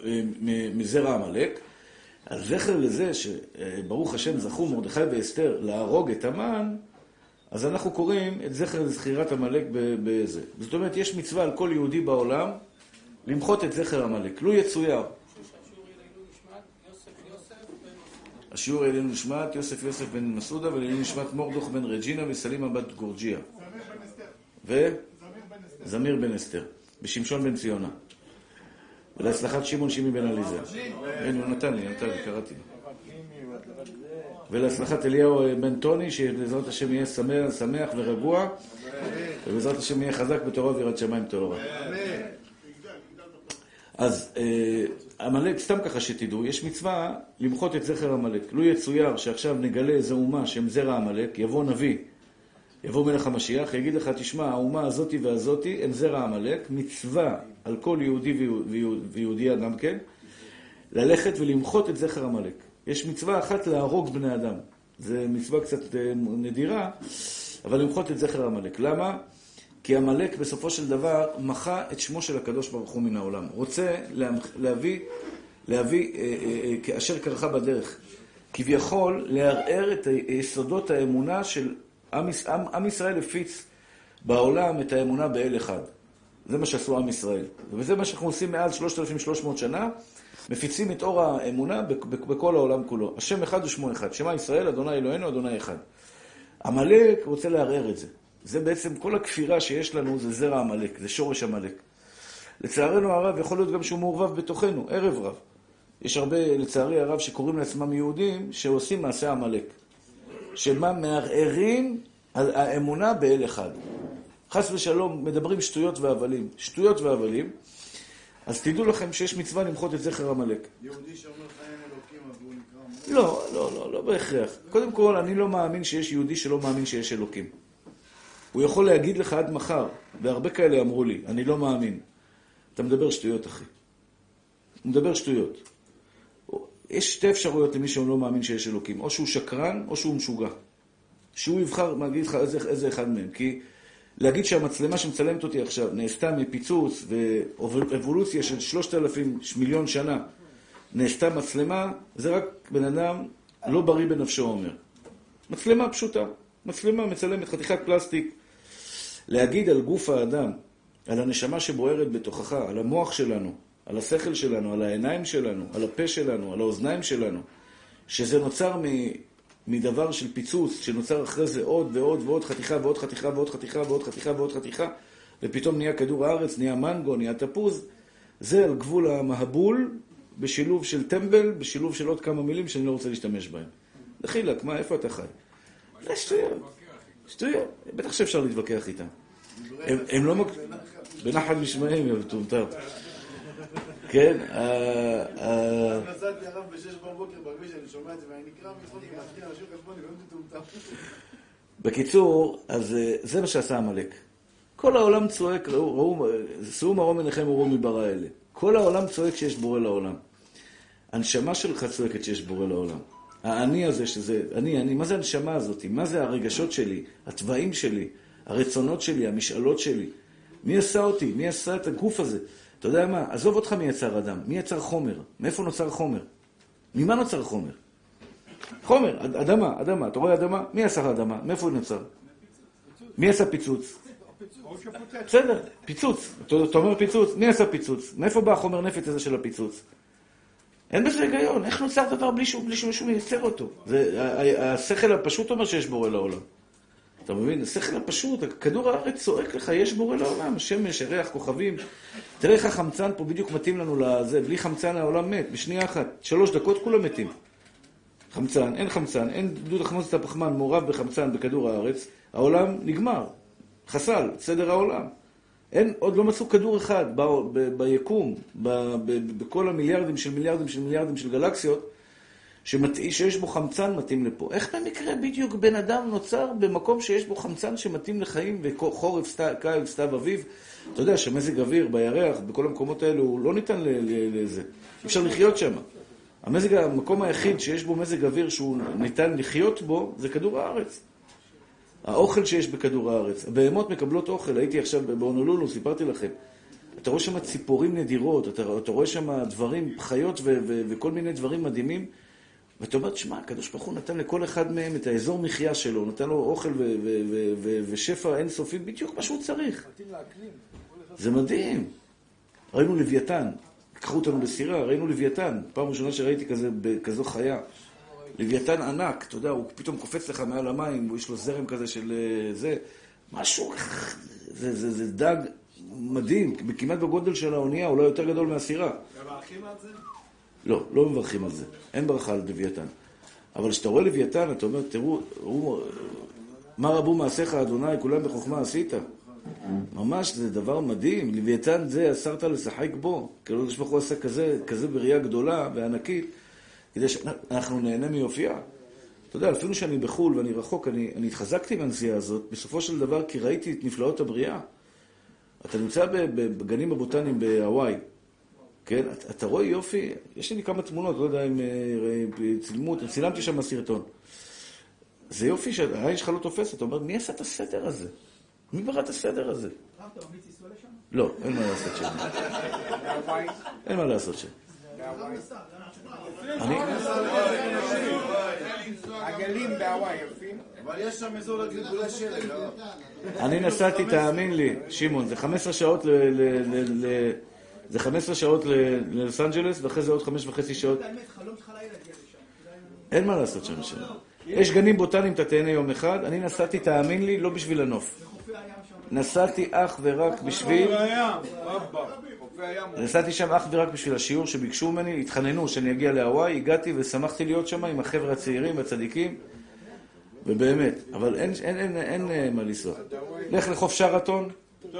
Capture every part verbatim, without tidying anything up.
מזרע עמלק. על זכר לזה שברוך השם זכו מרדכי ואסתר להרוג את המן, אז אנחנו קוראים את זכר לזכירת עמלק בזה. זאת אומרת, יש מצווה על כל יהודי בעולם למחות את זכר עמלק. לו יצויר. השיעור אלינו נשמת יוסף יוסף בן מסעודה, ואלינו נשמת מורדוך בן רג'ינה וסלימה בת גורג'יה. ו? זמיר בן אסתר. בשמשון בן ציונה. ולהצלחת שמעון שימי בן עליזה. אין, הוא נתן לי, נתן לי, קראתי. ולהצלחת אליהו בן טוני, שבעזרת השם יהיה שמח, שמח ורגוע, ובעזרת השם יהיה חזק בתורה ויראת שמיים טהורה. אז עמלק, סתם ככה שתדעו, יש מצווה למחות את זכר עמלק. לו יצויר שעכשיו נגלה איזו אומה שהם זרע עמלק, יבוא נביא, יבוא מלך המשיח, יגיד לך, תשמע, האומה הזאתי והזאתי הם זרע עמלק, מצווה על כל יהודי ויהודייה גם כן, ללכת ולמחות את זכר עמלק. יש מצווה אחת להרוג בני אדם. זה מצווה קצת נדירה, אבל למחות את זכר עמלק. למה? כי עמלק בסופו של דבר מחה את שמו של הקדוש ברוך הוא מן העולם. רוצה להביא, להביא אה, אה, כאשר קרחה בדרך. כביכול לערער את יסודות האמונה של עם, עם, עם ישראל הפיץ בעולם את האמונה באל אחד. זה מה שעשו עם ישראל. וזה מה שאנחנו עושים מעל שלושת אלפים ושלוש מאות שנה, מפיצים את אור האמונה בכל העולם כולו. השם אחד ושמו אחד. שמה ישראל, אדוני אלוהינו, אדוני אחד. עמלק רוצה לערער את זה. זה בעצם כל הכפירה שיש לנו, זה זרע עמלק, זה שורש עמלק. לצערנו הרב, יכול להיות גם שהוא מעורבב בתוכנו, ערב רב. יש הרבה, לצערי הרב, שקוראים לעצמם יהודים, שעושים מעשה עמלק. שמה מערערים על האמונה באל אחד. חס ושלום, מדברים שטויות והבלים. שטויות והבלים. אז תדעו לכם שיש מצווה למחות את זכר עמלק. יהודי שאומר לך אין אלוקים, אז הוא נקרא... לא, לא, לא, לא בהכרח. קודם כל, אני לא מאמין שיש יהודי שלא מאמין שיש אלוקים. הוא יכול להגיד לך עד מחר, והרבה כאלה אמרו לי, אני לא מאמין. אתה מדבר שטויות, אחי. הוא מדבר שטויות. יש שתי אפשרויות למי שהוא לא מאמין שיש אלוקים. או שהוא שקרן, או שהוא משוגע. שהוא יבחר, להגיד לך איזה, איזה אחד מהם. כי להגיד שהמצלמה שמצלמת אותי עכשיו נעשתה מפיצוץ ואבולוציה של שלושת אלפים מיליון שנה, נעשתה מצלמה, זה רק בן אדם לא בריא בנפשו אומר. מצלמה פשוטה. מצלמה מצלמת חתיכת פלסטיק. להגיד על גוף האדם, על הנשמה שבוערת בתוכך, על המוח שלנו, על השכל שלנו, על העיניים שלנו, על הפה שלנו, על האוזניים שלנו, שזה נוצר מ... מדבר של פיצוץ, שנוצר אחרי זה עוד ועוד ועוד חתיכה ועוד חתיכה ועוד חתיכה ועוד חתיכה ועוד חתיכה, ופתאום נהיה כדור הארץ, נהיה מנגו, נהיה תפוז. זה על גבול המהבול, בשילוב של טמבל, בשילוב של עוד כמה מילים שאני לא רוצה להשתמש בהם. דחילק, מה, איפה אתה חי? זה שטויות. שטויות. בטח שאפשר להתווכח איתם. הם לא... בנחת משמעים, יבטום, טוב. כן, אני נסעתי הרב בשש בבוקר בכביש, אני שומע את זה, ואני נקרא מלכות, אני מתחיל אנשים חשבוני, ואני מטומטם. בקיצור, אז זה מה שעשה עמלק. כל העולם צועק, שאו מרום עיניכם וראו מי ברא אלה. כל העולם צועק שיש בורא לעולם. הנשמה שלך צועקת שיש בורא לעולם. האני הזה שזה, אני, אני, מה זה הנשמה הזאת? מה זה הרגשות שלי, הטבעים שלי, הרצונות שלי, המשאלות שלי? מי עשה אותי? מי עשה את הגוף הזה? אתה יודע מה? עזוב אותך מי יצר אדם. מי יצר חומר? מאיפה נוצר חומר? ממה נוצר חומר? חומר, אדמה, אדמה. אתה רואה אדמה? מי עשה אדמה? מאיפה הוא נוצר? מי עשה פיצוץ? בסדר, פיצוץ. אתה אומר פיצוץ. מי עשה פיצוץ? מאיפה בא החומר נפץ הזה של הפיצוץ? אין בזה היגיון. איך נוצר דבר בלי שמישהו מייצר אותו? השכל הפשוט אומר שיש בורא לעולם. אתה מבין? השכל הפשוט, כדור הארץ צועק לך, יש בורא לעולם, השמש, ירח, כוכבים. תראה איך החמצן פה בדיוק מתאים לנו לזה, בלי חמצן העולם מת, בשנייה אחת. שלוש דקות כולם מתים. חמצן, אין חמצן, אין דוד החמוצת הפחמן מעורב בחמצן בכדור הארץ, העולם נגמר, חסל, סדר העולם. אין, עוד לא מצאו כדור אחד ב, ב, ביקום, ב, ב, בכל המיליארדים של מיליארדים של מיליארדים של גלקסיות, שמתאים, שיש בו חמצן מתאים לפה. איך במקרה בדיוק בן אדם נוצר במקום שיש בו חמצן שמתאים לחיים וחורף, קיץ, סתיו, אביב? אתה יודע שמזג אוויר בירח, בכל המקומות האלו, הוא לא ניתן לזה. אפשר לחיות שם. המזג, המקום היחיד שיש בו מזג אוויר שהוא ניתן לחיות בו, זה כדור הארץ. האוכל שיש בכדור הארץ. הבהמות מקבלות אוכל. הייתי עכשיו בהונולולו, סיפרתי לכם. אתה רואה שם ציפורים נדירות, אתה, אתה רואה שם דברים, חיות ו- ו- וכל מיני דברים מדהימים, ואתה אומר, שמע, הקדוש ברוך הוא נתן לכל אחד מהם את האזור מחיה שלו, נתן לו אוכל ו- ו- ו- ו- ושפע אינסופי, בדיוק מה שהוא צריך. זה מדהים. ראינו לוויתן, קחו אותנו בסירה, ראינו לוויתן, פעם ראשונה שראיתי כזה, כזו חיה. לוויתן ענק, אתה יודע, הוא פתאום קופץ לך מעל המים, יש לו זרם כזה של זה, משהו, זה, זה, זה דג מדהים, כמעט בגודל של האונייה, אולי יותר גדול מהסירה. מברכים על זה? לא, לא מברכים על זה, אין ברכה על לוויתן. אבל כשאתה רואה לוויתן, אתה אומר, תראו, תראו מה רבו מעשיך אדוני, כולם בחוכמה עשית. ממש, זה דבר מדהים. לוויתן זה אסרת לשחק בו. כאילו, יש בחור עשה כזה, כזה בראייה גדולה וענקית, כדי שאנחנו נהנה מיופייה. אתה יודע, אפילו שאני בחול ואני רחוק, אני, אני התחזקתי מהנסיעה הזאת, בסופו של דבר, כי ראיתי את נפלאות הבריאה. אתה נמצא בגנים הבוטניים בהוואי, כן? אתה, אתה רואה יופי, יש לי כמה תמונות, לא יודע אם צילמו, צילמתי שם סרטון. זה יופי שהעין שלך לא תופסת, אתה אומר, מי עשה את הסדר הזה? מי ברא את הסדר הזה? אתה ממליץ לנסוע לשם? לא, אין מה לעשות שם. אין מה לעשות שם. אני... הגלים בהוואי יפים. אבל יש שם אזור לגלגולי שלג. אני נסעתי, תאמין לי, שמעון, זה חמש עשרה שעות ל... זה חמש עשרה שעות ללוס אנג'לס, ואחרי זה עוד חמש וחצי שעות. האמת, חלום שלך לילה להגיע לשם. אין מה לעשות שם שם. יש גנים בוטניים, אתה תהנה יום אחד. אני נסעתי, תאמין לי, לא בשביל הנוף. נסעתי אך ורק בשביל... נסעתי שם אך ורק בשביל השיעור שביקשו ממני, התחננו שאני אגיע להוואי, הגעתי ושמחתי להיות שם עם החבר'ה הצעירים והצדיקים, ובאמת, אבל אין, אין, אין, אין, אין מה לנסוע. לך לחוף שרתון.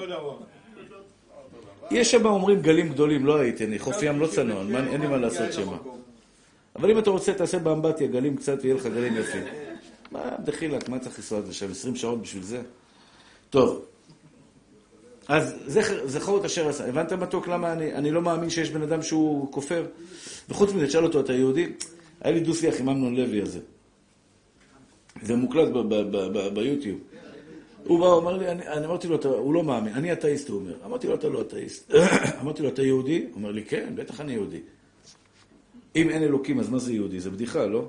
יש שם אומרים גלים גדולים, לא הייתי, אני חוף ים לא צנוע, אין לי מה לעשות שם. אבל אם אתה רוצה, תעשה באמבטיה גלים קצת ויהיה לך גלים יפים. מה, דחילק, מה צריך לנסוע לשם? עשרים שעות בשביל זה? טוב. אז זכור את אשר עשה. הבנת מתוק למה אני, אני לא מאמין שיש בן אדם שהוא כופר? וחוץ מזה, תשאל אותו, אתה יהודי? היה לי דו-שיח עם אמנון לוי הזה. זה מוקלט ביוטיוב. הוא בא, הוא אמר לי, אני, אני אמרתי לו, אתה, הוא לא מאמין, אני אתאיסט, הוא אומר. אמרתי לו, אתה לא אתאיסט. אמרתי לו, אתה יהודי? הוא אומר לי, כן, בטח אני יהודי. אם אין אלוקים, אז מה זה יהודי? זה בדיחה, לא?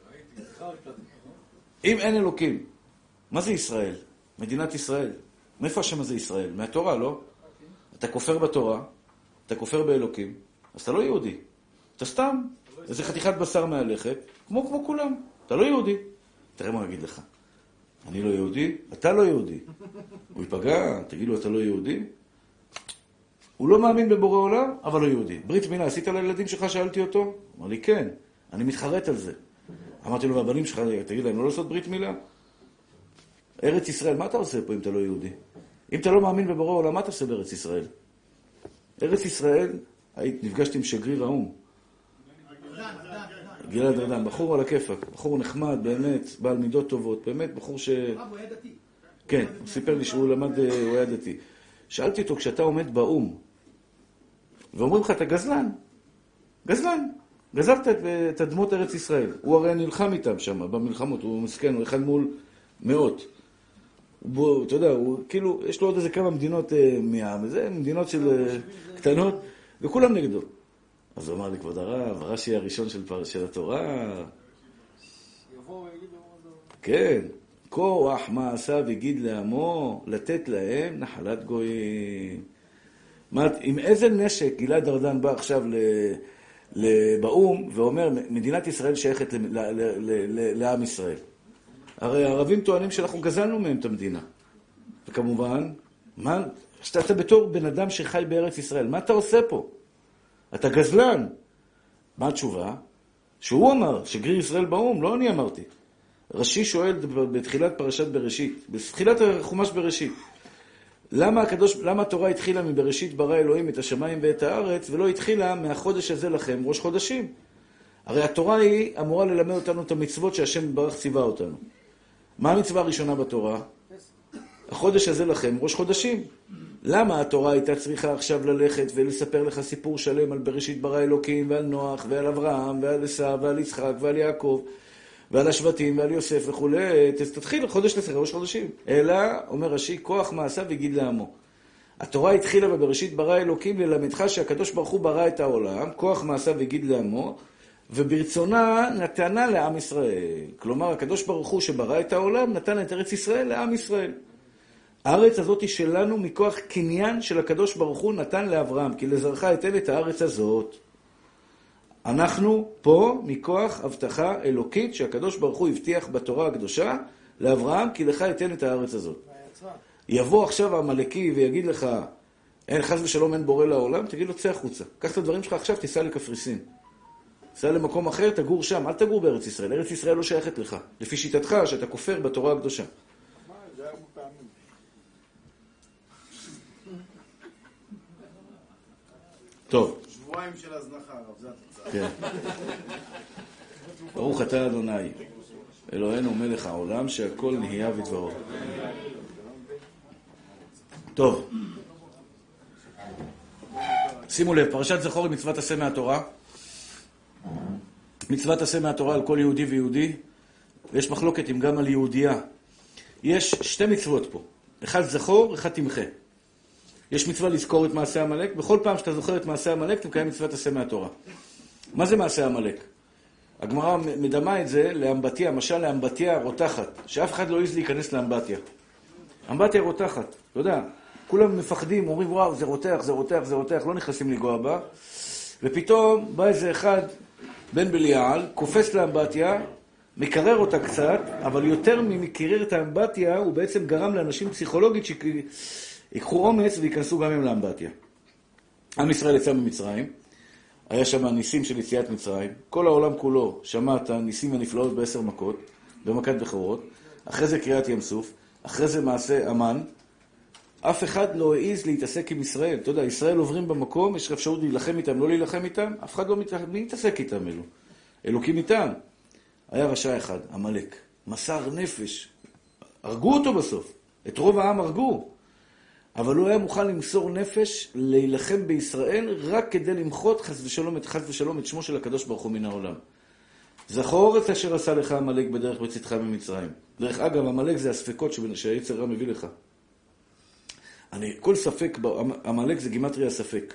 אם אין אלוקים, מה זה ישראל? מדינת ישראל. מאיפה השם הזה ישראל? מהתורה, לא? אתה כופר בתורה, אתה כופר באלוקים, אז אתה לא יהודי. אתה סתם, איזה חתיכת בשר מהלכת, כמו כמו כולם. אתה לא יהודי. תראה מה הוא יגיד לך. אני לא יהודי, אתה לא יהודי. הוא ייפגע, תגיד לו, אתה לא יהודי? הוא לא מאמין בבורא עולם, אבל לא יהודי. ברית מילה, עשית לילדים שלך? שאלתי אותו. אמר לי, כן, אני מתחרט על זה. אמרתי לו, והבנים שלך, תגיד להם, לא לעשות ברית מילה? ארץ ישראל, מה אתה עושה פה אם אתה לא יהודי? אם אתה לא מאמין בבורא עולם, מה אתה עושה בארץ ישראל? ארץ ישראל, נפגשתי עם שגריר האום. גלעד ארדן, בחור על הכיפק, בחור נחמד, באמת, בעל מידות טובות, באמת, בחור ש... הוא היה דתי. כן, הוא סיפר לי שהוא למד, הוא היה דתי. שאלתי אותו, כשאתה עומד באום, ואומרים לך, אתה גזלן, גזלן, גזלת את אדמות ארץ ישראל. הוא הרי נלחם איתם שם, במלחמות, הוא מסכן, הוא אחד מול מאות. בוא, אתה יודע, הוא כאילו, יש לו עוד איזה כמה מדינות מהעם, זה מדינות של קטנות, וכולם נגדו. אז הוא אמר לי, כבוד הרב, הרש"י הראשון של, של התורה. יבוא ויגיד לו, כן, כוח מעשה וגיד לעמו, לתת להם נחלת גויים. אומרת, עם איזה נשק גלעד ארדן בא עכשיו באום ואומר, מדינת ישראל שייכת ל, ל, ל, ל, לעם ישראל. הרי הערבים טוענים שאנחנו גזלנו מהם את המדינה. וכמובן, מה, שאתה, אתה בתור בן אדם שחי בארץ ישראל, מה אתה עושה פה? אתה גזלן. מה התשובה? שהוא אמר, שגריר ישראל באום, לא אני אמרתי. רש"י שואל בתחילת פרשת בראשית, בתחילת חומש בראשית, למה הקדוש, למה התורה התחילה מבראשית ברא אלוהים את השמיים ואת הארץ, ולא התחילה מהחודש הזה לכם, ראש חודשים? הרי התורה היא אמורה ללמד אותנו את המצוות שהשם ברך ציווה אותנו. מה המצווה הראשונה בתורה? החודש הזה לכם, ראש חודשים. למה התורה הייתה צריכה עכשיו ללכת ולספר לך סיפור שלם על בראשית ברא אלוקים ועל נוח ועל אברהם ועל עשיו ועל יצחק ועל יעקב ועל השבטים ועל יוסף וכו'. תתחיל חודש לסדר, ראש חודשים. אלא, אומר רש"י, כוח מעשה וגיד לעמו. התורה התחילה בבראשית ברא אלוקים ללמדך שהקדוש ברוך הוא ברא את העולם, כוח מעשיו הגיד לעמו, וברצונה נתנה לעם ישראל. כלומר, הקדוש ברוך הוא שברא את העולם נתן את ארץ ישראל לעם ישראל. הארץ הזאת היא שלנו מכוח קניין של הקדוש ברוך הוא נתן לאברהם, כי לזרעך אתן את הארץ הזאת. אנחנו פה מכוח הבטחה אלוקית שהקדוש ברוך הוא הבטיח בתורה הקדושה לאברהם, כי לך אתן את הארץ הזאת. יבוא עכשיו העמלקי ויגיד לך, אין חס ושלום אין בורא לעולם, תגיד לו צא החוצה. קח את הדברים שלך עכשיו, תיסע לקפריסין. תיסע למקום אחר, תגור שם, אל תגור בארץ ישראל. ארץ ישראל לא שייכת לך, לפי שיטתך שאתה כופר בתורה הקדושה. מה, זה היה מפעמים. טוב. שבועיים של הזנחה, הרב, זה התוצאה. כן. ברוך אתה אדוני, אלוהינו מלך העולם, שהכל נהיה בדברו. טוב. שימו לב, פרשת זכור היא מצוות עשה מהתורה. מצוות עשה מהתורה על כל יהודי ויהודי, ויש מחלוקת עם גם על יהודייה. יש שתי מצוות פה, אחד זכור, אחד תמחה. יש מצווה לזכור את מעשה עמלק, בכל פעם שאתה זוכר את מעשה עמלק, אתה מקיים מצוות עשה מהתורה. מה זה מעשה עמלק? הגמרא מדמה את זה לאמבטיה, משל לאמבטיה רותחת, שאף אחד לא יעז להיכנס לאמבטיה. אמבטיה רותחת, אתה יודע, כולם מפחדים, אומרים וואו, זה רותח, זה רותח, זה רותח, לא נכנסים לגוע בה, ופתאום בא איזה אחד, בן בליעל, קופץ לאמבטיה, מקרר אותה קצת, אבל יותר ממקרר את האמבטיה, הוא בעצם גרם לאנשים פסיכולוגית שיקחו אומץ וייכנסו גם הם לאמבטיה. עם ישראל יצא ממצרים, היה שם ניסים של יציאת מצרים, כל העולם כולו שמע את הניסים הנפלאות בעשר מכות, במכת בכורות, אחרי זה קריאת ים סוף, אחרי זה מעשה אמן, אף אחד לא העיז להתעסק עם ישראל. אתה יודע, ישראל עוברים במקום, יש אפשרות להילחם איתם, לא להילחם איתם, אף אחד לא מתעסק איתם אלו. אלוקים איתם. היה רשע אחד, עמלק, מסר נפש. הרגו אותו בסוף. את רוב העם הרגו. אבל הוא היה מוכן למסור נפש, להילחם בישראל, רק כדי למחות חס ושלום את חס ושלום את שמו של הקדוש ברוך הוא מן העולם. זכור את אשר עשה לך עמלק בדרך בצאתך ממצרים. דרך אגב, עמלק זה הספקות שהיצר רע מביא לך. אני, כל ספק, עמלק זה גימטריה ספק.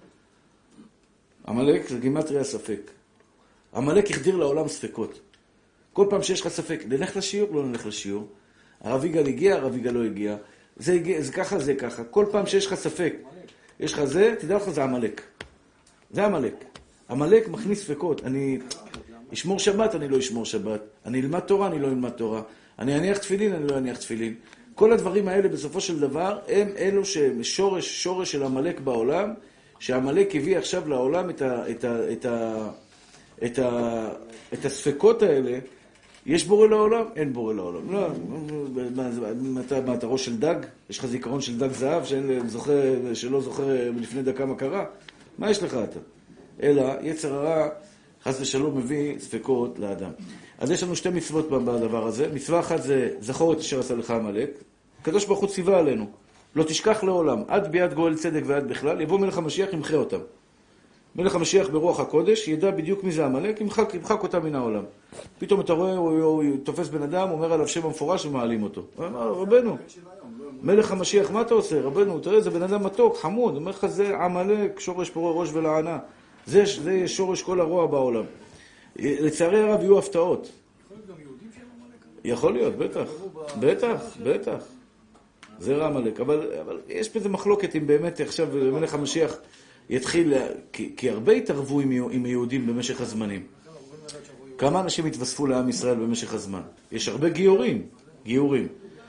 עמלק זה גימטריה ספק. עמלק יחדיר לעולם ספקות. כל פעם שיש לך ספק, נלך לשיעור, לא נלך לשיעור. הרב יגאל הגיע, הרב יגאל לא הגיע. זה, הגיע, זה ככה, זה ככה. כל פעם שיש לך ספק, יש לך זה, תדע לך, זה עמלק. זה עמלק. עמלק מכניס ספקות. אני אשמור שבת, אני לא אשמור שבת. אני אלמד תורה, אני לא אלמד תורה. אני אניח תפילין, אני לא אניח תפילין. כל הדברים האלה בסופו של דבר הם אלו ששורש, שורש של עמלק בעולם, שהעמלק הביא עכשיו לעולם את ה, את ה, את ה, את ה, את הספקות האלה. יש בורא לעולם? אין בורא לעולם. לא, מה, אתה, מה, אתה ראש של דג? יש לך זיכרון של דג זהב שאין זוכר, שלא זוכר לפני דקה מה קרה? מה יש לך אתה? אלא יצר הרע חס ושלום מביא ספקות לאדם. אז יש לנו שתי מצוות בדבר הזה. מצווה אחת זה זכור את אשר עשה לך עמלק. הקדוש ברוך הוא ציווה עלינו. לא תשכח לעולם, עד ביד גואל צדק ועד בכלל, יבוא מלך המשיח ימחה אותם. מלך המשיח ברוח הקודש ידע בדיוק מי זה עמלק, ימחק, ימחק אותם מן העולם. פתאום אתה רואה, הוא, הוא, הוא תופס בן אדם, אומר עליו שם המפורש ומעלים אותו. הוא אומר, רבנו, מלך המשיח, מה אתה עושה? רבנו, תראה, זה בן אדם מתוק, חמוד. אומר לך, זה עמלק, שורש פורה ראש ולענה. זה, זה שורש כל הרוע בעולם. לצערי הרב יהיו הפתעות. יכול להיות, בטח, בטח, בטח. זה רע עמלק. אבל, אבל יש פה איזה מחלוקת אם באמת עכשיו מלך המשיח יתחיל, כי, כי הרבה התערבו עם, עם היהודים במשך הזמנים. כמה אנשים התווספו לעם ישראל במשך הזמן? יש הרבה גיורים, גיורים.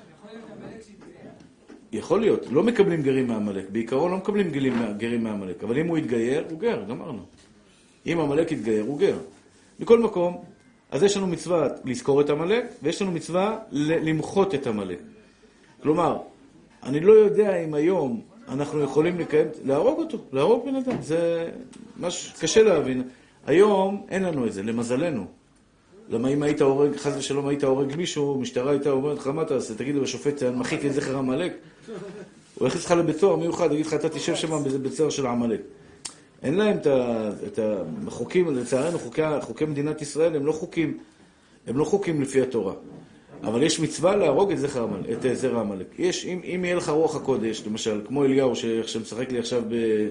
יכול להיות, לא מקבלים גרים מעמלק. בעיקרון לא מקבלים גרים מעמלק. אבל אם הוא יתגייר, הוא גר, גמרנו. אם עמלק יתגייר, הוא גר. מכל מקום, אז יש לנו מצווה לזכור את עמלק, ויש לנו מצווה למחות את עמלק. כלומר, אני לא יודע אם היום אנחנו יכולים לקיים, להרוג אותו, להרוג בן אדם. זה משהו קשה להבין. היום אין לנו את זה, למזלנו. למה אם היית הורג, חס ושלום היית הורג מישהו, משטרה הייתה אומרת לך, מה תעשה? תגיד לו לשופט, אני מחיתי את זכר עמלק. הוא יכניס לך לבית סוהר מיוחד, יגיד לך, אתה תשב שם בבית סוהר של עמלק. אין להם את החוקים, לצערנו, חוקי, חוקי מדינת ישראל הם לא חוקים, הם לא חוקים לפי התורה. אבל יש מצווה להרוג את זכר עמלק, את זרע עמלק. יש, אם, אם יהיה לך רוח הקודש, למשל, כמו אליהו שמשחק לי עכשיו ב... אני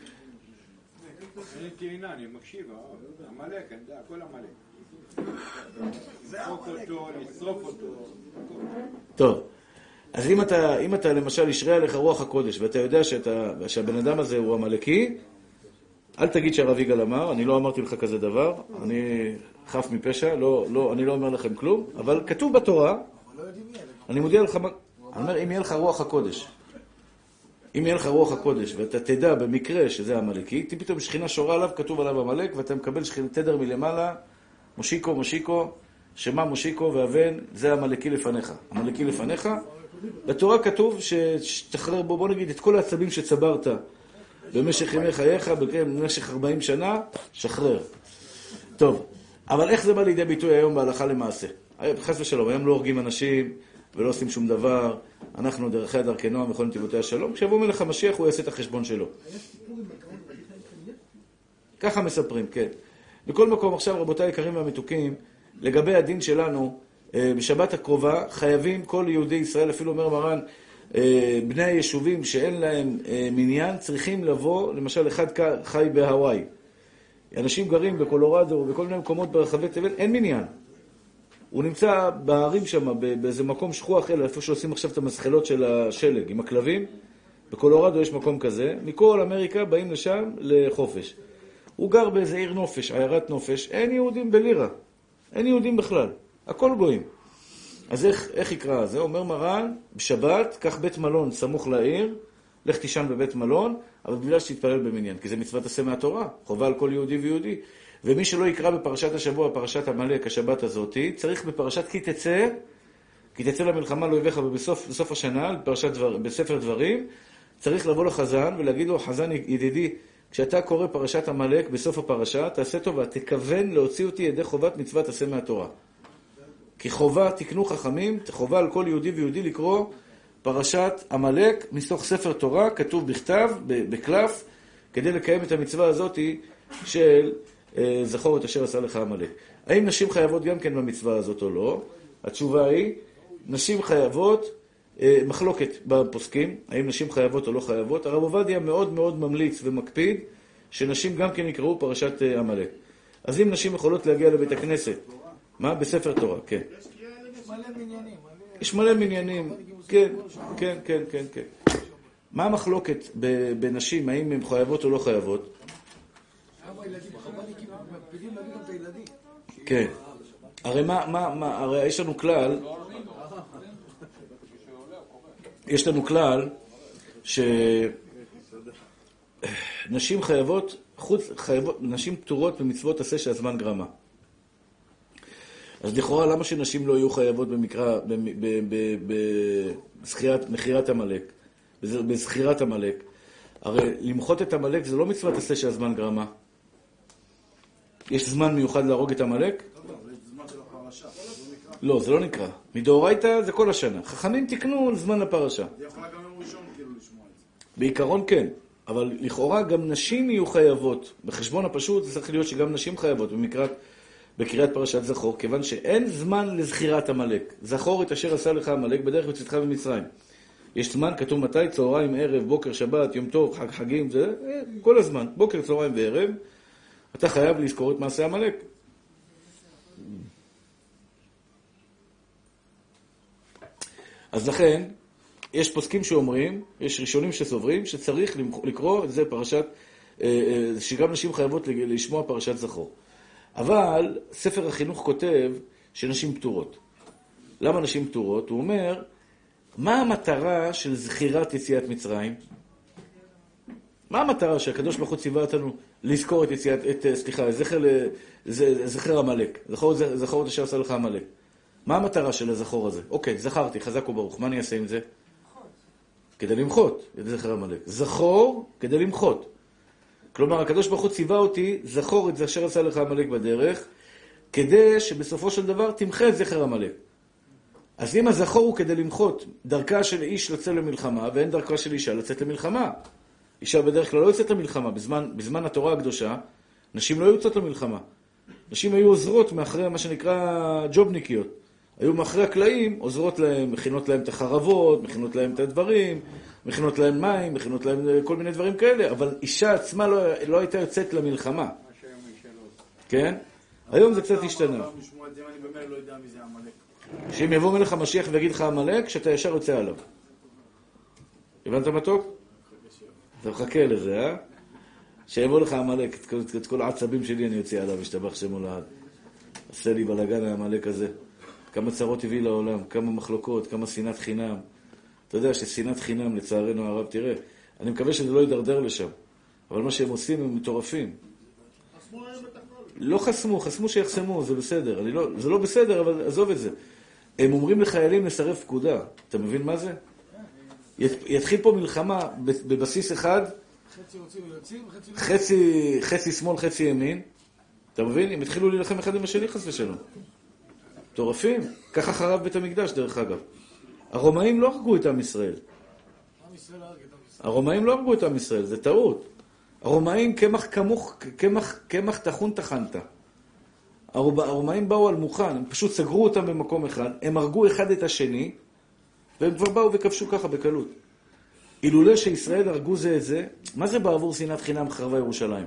טעינה, אני מקשיב, עמלק, אני יודע, הכל עמלק. לשרוף אותו, לשרוף אותו. טוב, אז אם אתה, אם אתה למשל ישרה עליך רוח הקודש, ואתה יודע שאתה, שהבן אדם הזה הוא עמלקי, אל תגיד שהרב יגאל אמר, אני לא אמרתי לך כזה דבר, אני חף מפשע, לא, לא, אני לא אומר לכם כלום, אבל כתוב בתורה, אני מודיע לך, אני אומר, אם יהיה לך רוח הקודש, אם יהיה לך רוח הקודש, ואתה תדע במקרה שזה עמלקי, פתאום שכינה שורה עליו, כתוב עליו עמלק, ואתה מקבל שכינה תדר מלמעלה, מושיקו, מושיקו, שמה מושיקו ואבן, זה עמלקי לפניך. עמלקי לפניך, בתורה כתוב שתשחרר בו, בוא נגיד, את כל העצבים שצברת במשך ימי חייך, במשך ארבעים שנה, שחרר. טוב, אבל איך זה בא לידי ביטוי היום בהלכה למעשה? חס ושלום, היום לא הורגים אנשים ולא עושים שום דבר, אנחנו דרכי דרכי נועם וכל נתיבותי השלום, כשיבוא מלך המשיח הוא יעשה את החשבון שלו. ככה מספרים, כן. בכל מקום עכשיו, רבותיי היקרים והמתוקים, לגבי הדין שלנו, בשבת הקרובה חייבים כל יהודי ישראל, אפילו אומר מרן, בני היישובים שאין להם מניין, צריכים לבוא, למשל אחד חי בהוואי. אנשים גרים בקולורדו ובכל מיני מקומות ברחבי תבל, אין מניין. הוא נמצא בערים שם, באיזה מקום שכוח אלה, איפה שעושים עכשיו את המסחלות של השלג עם הכלבים. בקולורדו יש מקום כזה, מכל אמריקה באים לשם לחופש. הוא גר באיזה עיר נופש, עיירת נופש, אין יהודים בלירה. אין יהודים בכלל, הכל גויים. אז איך, איך יקרא? זה אומר מרן, בשבת, קח בית מלון סמוך לעיר, לך תישן בבית מלון, אבל בגלל שתתפלל במניין, כי זה מצוות עשה מהתורה, חובה על כל יהודי ויהודי. ומי שלא יקרא בפרשת השבוע, פרשת עמלק, השבת הזאת, צריך בפרשת כי תצא, כי תצא למלחמה לא יבך, ובסוף בסוף השנה, דבר, בספר דברים, צריך לבוא לחזן ולהגיד לו, חזן ידידי, כשאתה קורא פרשת עמלק בסוף הפרשה, תעשה טובה, תכוון להוציא אותי ידי חובת מצוות עשה מהתורה. כי חובה, תקנו חכמים, חובה על כל יהודי ויהודי לקרוא פרשת עמלק מתוך ספר תורה, כתוב בכתב, בקלף, כדי לקיים את המצווה הזאת של אה, זכור את אשר עשה לך עמלק. האם נשים חייבות גם כן במצווה הזאת או לא? התשובה היא, נשים חייבות, אה, מחלוקת בפוסקים, האם נשים חייבות או לא חייבות. הרב עובדיה מאוד מאוד ממליץ ומקפיד שנשים גם כן יקראו פרשת אה, עמלק. אז אם נשים יכולות להגיע לבית הכנסת, מה? בספר תורה, כן. יש מלא מניינים, כן, כן, כן, כן, כן. מה המחלוקת בנשים, האם הן חייבות או לא חייבות? כן. הרי מה, מה, מה, הרי יש לנו כלל, יש לנו כלל שנשים חייבות, חוץ, חייבות, נשים פטורות במצוות עשה שהזמן גרמה. אז לכאורה, למה שנשים לא יהיו חייבות במקרא, במכירת עמלק, בזכירת עמלק? הרי למחות את עמלק זה לא מצוות עשה שהזמן גרמה. יש זמן מיוחד להרוג את עמלק? לא, זה לא נקרא. מדאורייתא זה כל השנה. חכמים תקנו זמן לפרשה. זה יכול גם יום ראשון כאילו לשמוע את זה. בעיקרון כן, אבל לכאורה גם נשים יהיו חייבות. בחשבון הפשוט זה צריך להיות שגם נשים חייבות במקרת, בקריאת פרשת זכור, כיוון שאין זמן לזכירת עמלק. זכור את אשר עשה לך עמלק בדרך בצאתך במצרים. יש זמן, כתוב מתי, צהריים, ערב, בוקר, שבת, יום טוב, חג, חגים, זה כל הזמן. בוקר, צהריים וערב, אתה חייב לזכור את מעשה עמלק. אז לכן, יש פוסקים שאומרים, יש ראשונים שסוברים, שצריך לקרוא את זה פרשת, שגם נשים חייבות לשמוע פרשת זכור. אבל ספר החינוך כותב שנשים פטורות. למה נשים פטורות? הוא אומר, מה המטרה של זכירת יציאת מצרים? מה המטרה שהקדוש ברוך הוא ציווה אותנו לזכור את יציאת, את, סליחה, זכר, זכר עמלק, זכור, זכור את אשר עשה לך עמלק. מה המטרה של הזכור הזה? אוקיי, זכרתי, חזק וברוך, מה אני אעשה עם זה? כדי למחות את זכר עמלק. זכור כדי למחות. כלומר, הקדוש ברוך הוא ציווה אותי, זכור את אשר עשה לך עמלק בדרך, כדי שבסופו של דבר תמחה את זכר עמלק. אז אם הזכור הוא כדי למחות דרכה של איש לצאת למלחמה, ואין דרכה של אישה לצאת למלחמה. אישה בדרך כלל לא יוצאת למלחמה. בזמן, בזמן התורה הקדושה, נשים לא יוצאות למלחמה. נשים היו עוזרות מאחרי מה שנקרא ג'ובניקיות. היו מאחורי הקלעים, עוזרות להם, מכינות להם את החרבות, מכינות להם את הדברים, מכינות להם מים, מכינות להם כל מיני דברים כאלה, אבל אישה עצמה לא, לא הייתה יוצאת למלחמה. כן? היום זה קצת השתנה. אני באמת לא יודע מי זה עמלק. שאם יבוא מלך המשיח ויגיד לך עמלק, שאתה ישר יוצא עליו. הבנת מתוק? אתה מחכה לזה, אה? שיבוא לך עמלק, את, את, את כל העצבים שלי אני יוצא עליו, השתבח שמו לעד. עשה לי בלגן העמלק הזה. כמה צרות הביא לעולם, כמה מחלוקות, כמה שנאת חינם. אתה יודע ששנאת חינם, לצערנו הרב, תראה, אני מקווה שזה לא יידרדר לשם, אבל מה שהם עושים הם מטורפים. לא חסמו, חסמו שיחסמו, זה בסדר. אני לא, זה לא בסדר, אבל עזוב את זה. הם אומרים לחיילים לסרב פקודה. אתה מבין מה זה? יתחיל פה מלחמה בבסיס אחד, חצי, חצי שמאל, חצי ימין. אתה מבין? הם התחילו להילחם אחד עם השני, חס ושלום. מטורפים. ככה חרב בית המקדש, דרך אגב. הרומאים לא הרגו את עם ישראל. הרומאים לא הרגו את עם ישראל, זה טעות. הרומאים כמח כמוך, כמח, כמח תחון תחנת. הרומאים באו על מוכן, הם פשוט סגרו אותם במקום אחד, הם הרגו אחד את השני, והם כבר באו וכבשו ככה בקלות. אילולא שישראל הרגו זה את זה, מה זה בעבור שנאת חינם חרבה ירושלים?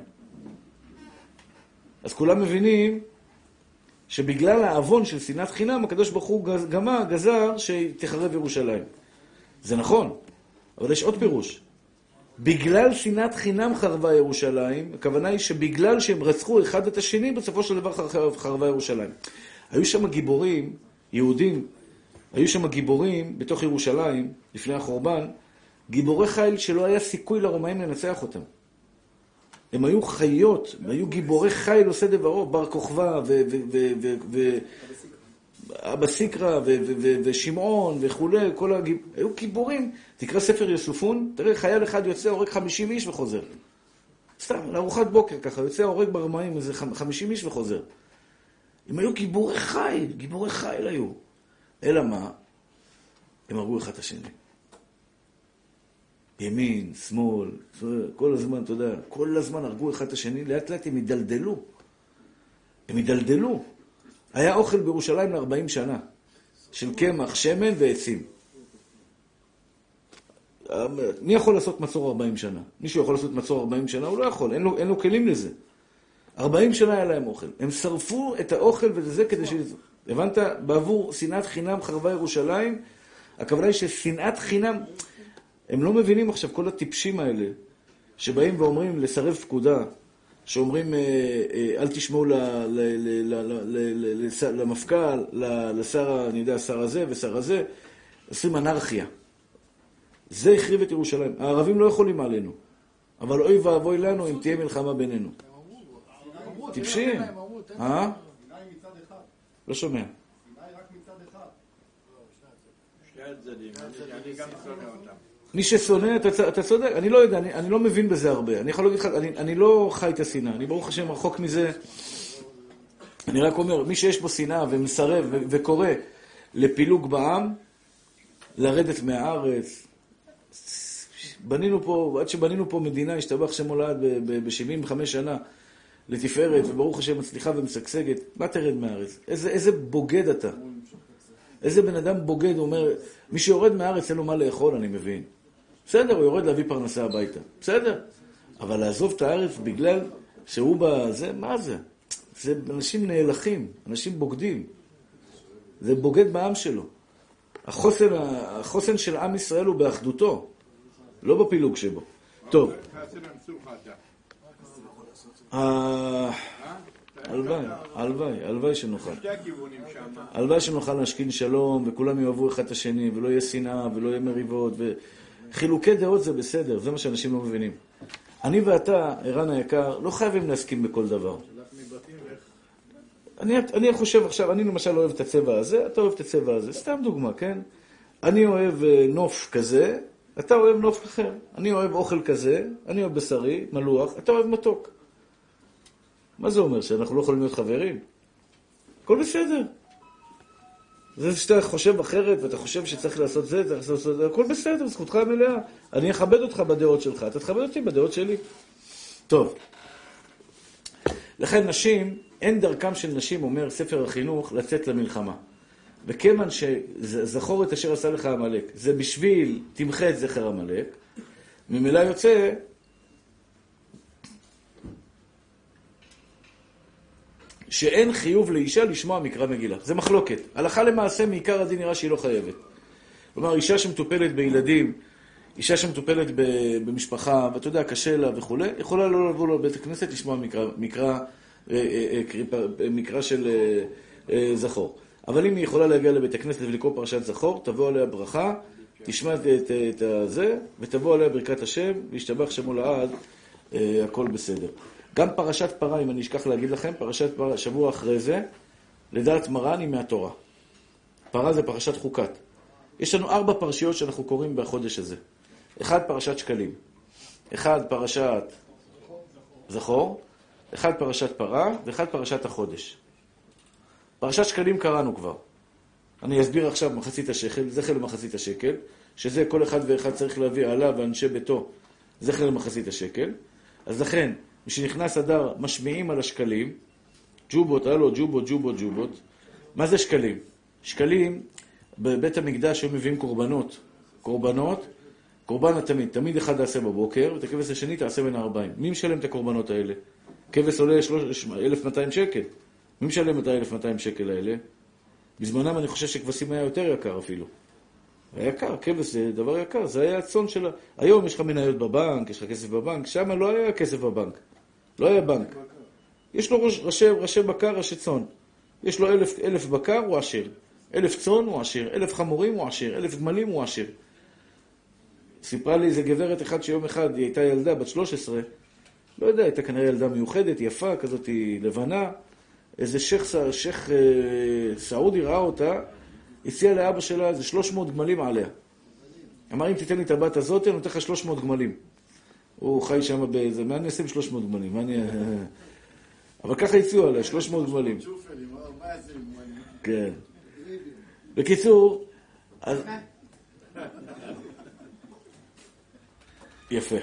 אז כולם מבינים שבגלל האבון של שנאת חינם, הקדוש ברוך הוא גמה, גזר שתחרב ירושלים. זה נכון, אבל יש עוד פירוש. בגלל שנאת חינם חרבה ירושלים, הכוונה היא שבגלל שהם רצחו אחד את השני, בסופו של דבר חרבה ירושלים. היו שם גיבורים, יהודים, היו שם גיבורים בתוך ירושלים, לפני החורבן, גיבורי חיל שלא היה סיכוי לרומאים לנצח אותם. הם היו חיות, הם היו גיבורי חיל עושה דברו, בר כוכבא ואבא סיקרא ושמעון וכו', כל הגיב... היו גיבורים. תקרא ספר יוספון, תראה, חייל אחד יוצא, הורג חמישים איש וחוזר. סתם, לארוחת בוקר ככה, יוצא, הורג ברמאים איזה חמישים איש וחוזר. הם היו גיבורי חיל, גיבורי חיל היו. אלא מה? הם הרגו אחד השני. ימין, שמאל, כל הזמן, אתה יודע, כל הזמן הרגו אחד השני, לאט לאט הם ידלדלו. הם ידלדלו. היה אוכל בירושלים ל-ארבעים שנה, של קמח, שמן ועצים. מי יכול לעשות מצור ארבעים שנה? מישהו יכול לעשות מצור ארבעים שנה? הוא לא יכול, אין לו, אין לו כלים לזה. ארבעים שנה היה להם אוכל. הם שרפו את האוכל וזה כדי ש... הבנת? בעבור שנאת חינם חרבה ירושלים, הכוונה היא ששנאת חינם... הם לא מבינים עכשיו כל הטיפשים האלה, שבאים ואומרים לסרב פקודה, שאומרים אל תשמעו למפכ"ל, לשר, אני יודע, שר הזה ושר הזה, עושים אנרכיה. זה החריב את ירושלים. הערבים לא יכולים עלינו, אבל אוי ואבוי לנו אם תהיה מלחמה בינינו. טיפשים. אה? לא שומע. מי ששונא, אתה, אתה צודק, אני לא יודע, אני, אני לא מבין בזה הרבה. אני יכול להגיד לך, אני, אני לא חי את השנאה, אני ברוך השם רחוק מזה. אני רק אומר, מי שיש בו שנאה ומסרב ו- וקורא לפילוג בעם, לרדת מהארץ. בנינו פה, עד שבנינו פה מדינה, השתבח שם הולד ב-שבעים וחמש שנה לתפארת, וברוך השם מצליחה ומשגשגת. מה תרד מהארץ? איזה, איזה בוגד אתה? איזה בן אדם בוגד, הוא אומר, מי שיורד מהארץ אין לו מה לאכול, אני מבין. בסדר, הוא יורד להביא פרנסה הביתה. בסדר. אבל לעזוב את הארץ בגלל שהוא בזה, מה זה? זה אנשים נאלחים, אנשים בוגדים. זה בוגד בעם שלו. החוסן, החוסן של עם ישראל הוא באחדותו, לא בפילוג שבו. טוב. הלוואי, הלוואי, הלוואי שנוכל. הלוואי שנוכל להשכין שלום, וכולם יאהבו אחד את השני, ולא יהיה שנאה, ולא יהיה מריבות, וחילוקי דעות זה בסדר, זה מה שאנשים לא מבינים. אני ואתה, ערן היקר, לא חייבים להסכים בכל דבר. אני, אני חושב עכשיו, אני למשל אוהב את הצבע הזה, אתה אוהב את הצבע הזה, סתם דוגמה, כן? אני אוהב נוף כזה, אתה אוהב נוף אחר. אני אוהב אוכל כזה, אני אוהב בשרי, מלוח, אתה אוהב מתוק. מה זה אומר? שאנחנו לא יכולים להיות חברים? הכל בסדר. זה שאתה חושב אחרת, ואתה חושב שצריך לעשות זה, צריך לעשות זה, הכל בסדר, זכותך המלאה. אני אכבד אותך בדעות שלך, אתה תכבד אותי בדעות שלי. טוב. לכן נשים, אין דרכם של נשים, אומר ספר החינוך, לצאת למלחמה. וכיוון שזכור את אשר עשה לך המלך, זה בשביל תמחה את זכר המלך, ממילא יוצא שאין חיוב לאישה לשמוע מקרא מגילה. זה מחלוקת. הלכה למעשה מעיקר הדין נראה שהיא לא חייבת. כלומר, אישה שמטופלת בילדים, אישה שמטופלת במשפחה, ואתה יודע, קשה לה וכו', יכולה לא לבוא לבית הכנסת לשמוע מקרא, מקרא, מקרא של זכור. אבל אם היא יכולה להגיע לבית הכנסת ולקרוא פרשת זכור, תבוא עליה ברכה, תשמע את, את זה, ותבוא עליה ברכת השם, וישתבח שמו לעד, הכל בסדר. גם פרשת פרה, אם אני אשכח להגיד לכם, פרשת פרה, שבוע אחרי זה, לדעת מרן היא מהתורה. פרה זה פרשת חוקת. יש לנו ארבע פרשיות שאנחנו קוראים בחודש הזה. אחד פרשת שקלים, אחד פרשת זכור, אחד פרשת פרה, ואחד פרשת החודש. פרשת שקלים קראנו כבר. אני אסביר עכשיו מחצית השקל, זכר למחצית השקל, שזה כל אחד ואחד צריך להביא עליו ואנשי ביתו, זכר למחצית השקל. אז לכן, משנכנס אדר, משמיעים על השקלים, ג'ובות, הלו, ג'ובות, ג'ובות, ג'ובות. מה זה שקלים? שקלים, בבית המקדש הם מביאים קורבנות. קורבנות, קורבן התמיד, תמיד אחד תעשה בבוקר, ואת הכבש השני תעשה בין הארבעים. מי משלם את הקורבנות האלה? כבש עולה אלף ומאתיים שקל. מי משלם את ה-אלף ומאתיים שקל האלה? בזמנם אני חושב שכבשים היה יותר יקר אפילו. היה יקר, כבש זה דבר יקר, זה היה הצון שלה. היום יש לך מניות בבנק, יש לך כסף בבנק, שם לא היה כסף בבנק. לא היה בנק. יש לו ראש, ראשי, ראשי בקר, ראשי צון. יש לו אלף, אלף בקר, הוא עשיר. אלף צון הוא עשיר, אלף חמורים הוא עשיר, אלף גמלים הוא עשיר. סיפרה לי איזה גברת אחד שיום אחד, היא הייתה ילדה בת שלוש עשרה, לא יודע, הייתה כנראה ילדה מיוחדת, יפה, כזאת היא לבנה, איזה שייך, שייך אה, סעודי ראה אותה, הציע לאבא שלה איזה שלוש מאות גמלים עליה. אמר, אם תיתן לי את הבת הזאת, אני נותן לך שלוש מאות גמלים. הוא חי שם באיזה, מה אני אעשה עם שלוש מאות גמלים? מה אני... אבל ככה הציעו עליה, שלוש מאות גמלים. כן. בקיצור, אז... יפה.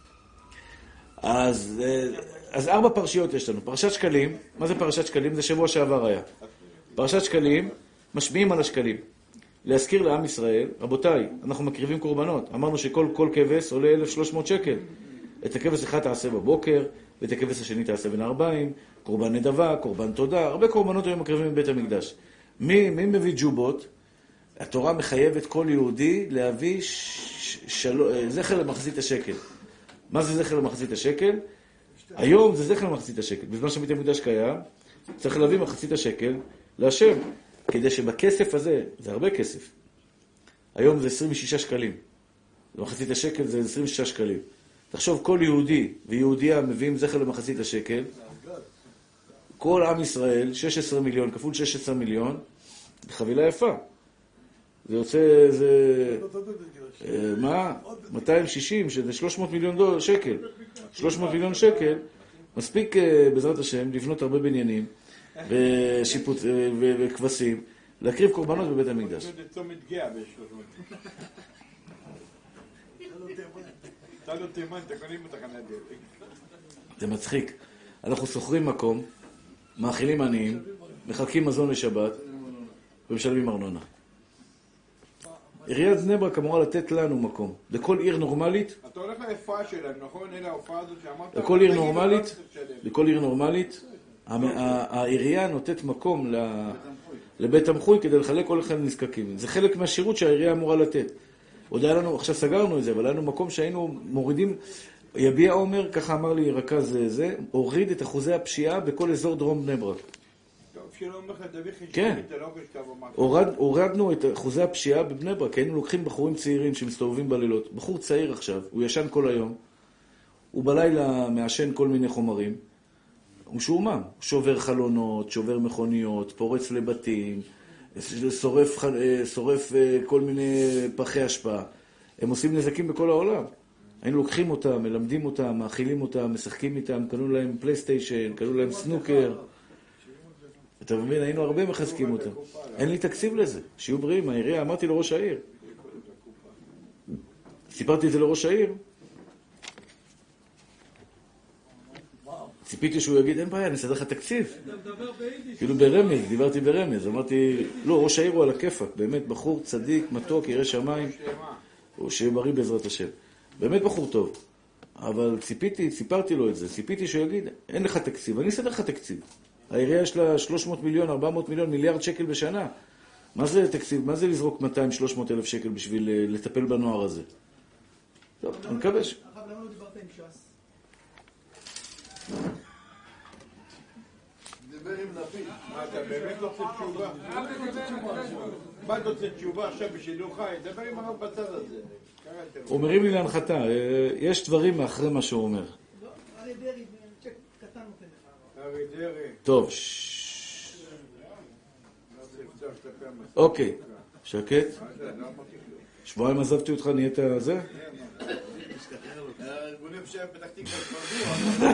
אז, אז ארבע פרשיות יש לנו. פרשת שקלים, מה זה פרשת שקלים? זה שבוע שעבר היה. פרשת שקלים, משמיעים על השקלים. להזכיר לעם ישראל, רבותיי, אנחנו מקריבים קורבנות. אמרנו שכל כל כבש עולה אלף ושלוש מאות שקל. את הכבש אחד תעשה בבוקר, ואת הכבש השני תעשה בין הארבעים, קורבן נדבה, קורבן תודה, הרבה קורבנות היו מקריבים מבית המקדש. מי, מי מביא ג'ובות? התורה מחייבת כל יהודי להביא ש... של... זכר למחצית השקל. מה זה זכר למחצית השקל? היום זה זכר למחצית השקל. בזמן שבית המקדש קיים, צריך להביא מחצית השקל להשם, כדי שבכסף הזה, זה הרבה כסף. היום זה עשרים ושישה שקלים. למחצית השקל זה עשרים ושישה שקלים. תחשוב, כל יהודי ויהודיה מביאים זכר למחצית השקל. כל עם ישראל, שש עשרה מיליון, כפול שש עשרה מיליון, חבילה יפה. זה יוצא, זה... מה? מאתיים ושישים, שזה שלוש מאות מיליון דולר, שקל. שלוש מאות מיליון שקל, מספיק בעזרת השם לבנות הרבה בניינים ושיפוט וכבשים, להקריב קורבנות בבית המקדש. זה צומת גאה ב-שלוש מאות. אתה לא תימן, אתה קונים בתחנת דלק. זה מצחיק. אנחנו שוכרים מקום, מאכילים עניים, מחלקים מזון לשבת, ומשלמים ארנונה. עיריית בני ברק אמורה לתת לנו מקום. לכל עיר נורמלית... אתה הולך להופעה שלהם, נכון? אלה ההופעה הזאת שאמרת... לכל עיר נורמלית, לכל עיר נורמלית, העירייה נותנת מקום לבית תמחוי כדי לחלק כל אחד נזקקים. זה חלק מהשירות שהעירייה אמורה לתת. עוד היה לנו, עכשיו סגרנו את זה, אבל היה לנו מקום שהיינו מורידים... יביע עומר, ככה אמר לי רכז זה, הוריד את אחוזי הפשיעה בכל אזור דרום בני ברק. כן, הורדנו את אחוזי הפשיעה בבני ברק, היינו לוקחים בחורים צעירים שמסתובבים בלילות, בחור צעיר עכשיו, הוא ישן כל היום, הוא בלילה מעשן כל מיני חומרים, הוא משועמם, הוא שובר חלונות, שובר מכוניות, פורץ לבתים, שורף, שורף כל מיני פחי השפעה, הם עושים נזקים בכל העולם. היינו לוקחים אותם, מלמדים אותם, מאכילים אותם, משחקים איתם, קנו להם פלייסטיישן, קנו להם סנוקר. אתה מבין, היינו הרבה מחזקים אותם. אין לי תקציב לזה. שיהיו בריאים, העירייה, אמרתי לראש העיר. סיפרתי את זה לראש העיר. ציפיתי שהוא יגיד, אין בעיה, אני אסדר לך תקציב. כאילו ברמז, דיברתי ברמז. אמרתי, לא, ראש העיר הוא על הכיפק, באמת בחור צדיק, מתוק, ירא שמיים. הוא שיהיה בריא בעזרת השם. באמת בחור טוב. אבל ציפיתי, סיפרתי לו את זה, ציפיתי שהוא יגיד, אין לך תקציב, אני אסדר לך תקציב. העירייה יש לה שלוש מאות מיליון, ארבע מאות מיליון, מיליארד שקל בשנה. מה זה תקציב? מה זה לזרוק מאתיים שלוש מאות אלף שקל בשביל לטפל בנוער הזה? טוב, אני מקווה ש... אחר, למה לא דיברת עם ש"ס? דבר עם לפיד. מה, אתה באמת לא רוצה תשובה? מה אתה רוצה תשובה עכשיו בשידור חי? דבר עם הרב בצד הזה. אומרים לי להנחתה, יש דברים מאחרי מה שהוא אומר. לא, אריה דרעי, צ'ק קטן נותן לך. אריה דרעי. טוב, אוקיי, שקט. שבועיים עזבתי אותך, נהיית זה? הארגונים שהם פתח תקווה כבר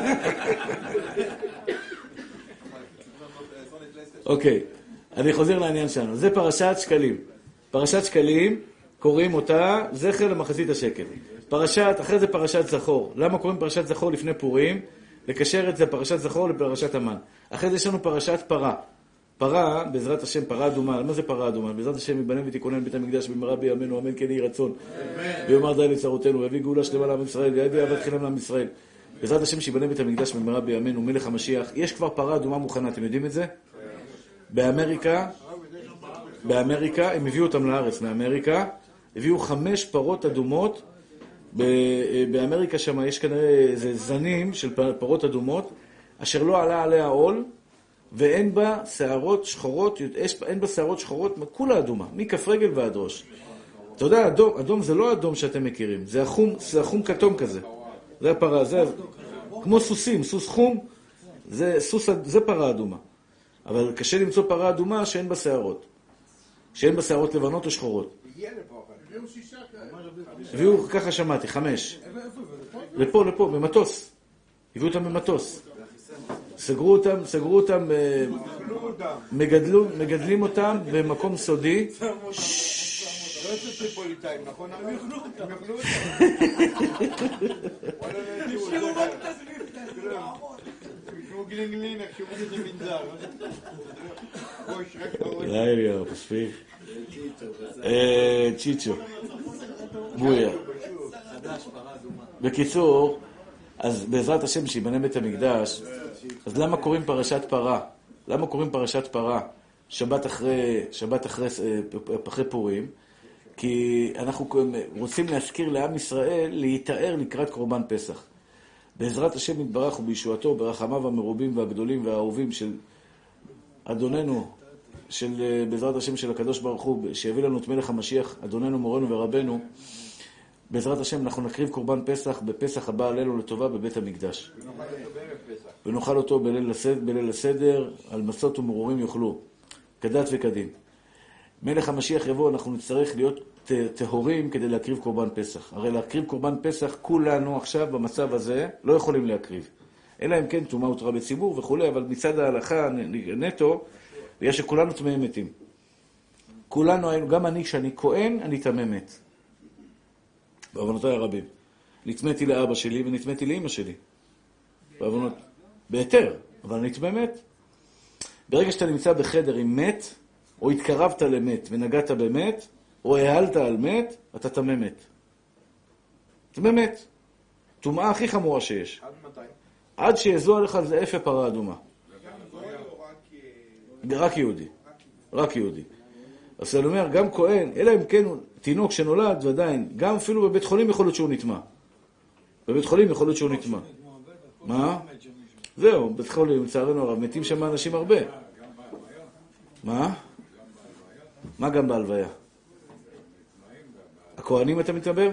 אוקיי, אני חוזר לעניין שלנו. זה פרשת שקלים. פרשת שקלים, קוראים אותה זכר למחצית השקל. פרשת, אחרי זה פרשת זכור. למה קוראים פרשת זכור לפני פורים? לקשר את זה פרשת זכור לפרשת המן. אחרי זה יש לנו פרשת פרה. פרה, בעזרת השם, פרה אדומה. מה זה פרה אדומה? בעזרת השם יבנה ותיכונן בית המקדש במהרה בימינו, אמן כן יהי רצון. ויאמר די לצרותינו, ויביא גאולה שלמה לעם ישראל, ויביא אהבת חינם לעם ישראל. בעזרת השם שיבנה בית המקדש במהרה בימינו, מלך המשיח. יש כבר פרה אדומה מוכנה, אתם יודעים את זה? באמריקה, באמריקה, הם הביאו אותם לארץ מאמריקה, הביאו חמש פרות אדומות. באמריקה שם יש כנראה איזה זנים של פרות אדומות, אשר לא עלה עליה עול, ואין בה שערות שחורות, אין בה שערות שחורות, כולה אדומה, מכף רגל ועד ראש. אתה יודע, אדום, אדום זה לא אדום שאתם מכירים, זה החום, זה החום כתום כזה. זה הפרה, זה כמו סוסים, סוס חום, זה, סוס, זה פרה אדומה. אבל קשה למצוא פרה אדומה שאין בה שערות. שאין בה שערות לבנות או שחורות. הביאו, ככה שמעתי, חמש. לפה, לפה, במטוס. הביאו אותם במטוס. סגרו אותם, סגרו אותם, מגדלו, מגדלים אותם במקום סודי. לא יוצא טריפוליטאים, נכון? הם יאכלו אותם. הם יאכלו אותם. ישמעו גלינגלין, יחשבו שזה מנזר. יא יא, פספיק. צ'יצ'ו. בויה. בקיצור, אז בעזרת השם שיבנה בית המקדש, אז למה קוראים פרשת פרה? למה קוראים פרשת פרה? שבת אחרי, שבת אחרי, אחרי פורים, כי אנחנו רוצים להזכיר לעם ישראל להתאר לקראת קורבן פסח. בעזרת השם יתברך ובישועתו, ברחמיו המרובים והגדולים והאהובים של אדוננו, של בעזרת השם של הקדוש ברוך הוא, שיביא לנו את מלך המשיח, אדוננו מורנו ורבנו, בעזרת השם אנחנו נקריב קורבן פסח בפסח הבא עלינו לטובה בבית המקדש. ונאכל אותו בליל הסדר, בליל הסדר על מצות ומרורים יאכלו, כדת וכדין. מלך המשיח יבוא, אנחנו נצטרך להיות טהורים כדי להקריב קורבן פסח. הרי להקריב קורבן פסח כולנו עכשיו במצב הזה לא יכולים להקריב. אלא אם כן טומאה הותרה בציבור וכו', אבל מצד ההלכה נטו, בגלל שכולנו טמאי מתים. כולנו היינו, גם אני, כשאני כהן, אני טמא מת. בעוונותיי הרבים. נטמאתי לאבא שלי ונטמאתי לאמא שלי. בעוונות, בהיתר, אבל אני טמא מת. ברגע שאתה נמצא בחדר עם מת, או התקרבת למת ונגעת במת, או העלת על מת, אתה טמא מת. טמא מת. טומאה הכי חמורה שיש. עד מתי? עד שיזוע לך זה אפי פרה אדומה. רק יהודי. רק יהודי. אז אני אומר, גם כהן, אלא אם כן תינוק שנולד, ועדיין, גם אפילו בבית חולים יכול להיות שהוא נטמא. בבית חולים יכול להיות שהוא נטמא. מה? זהו, בית חולים, לצערנו הרב, מתים שם אנשים הרבה. מה? מה גם בהלוויה? הכהנים אתה מתאבר?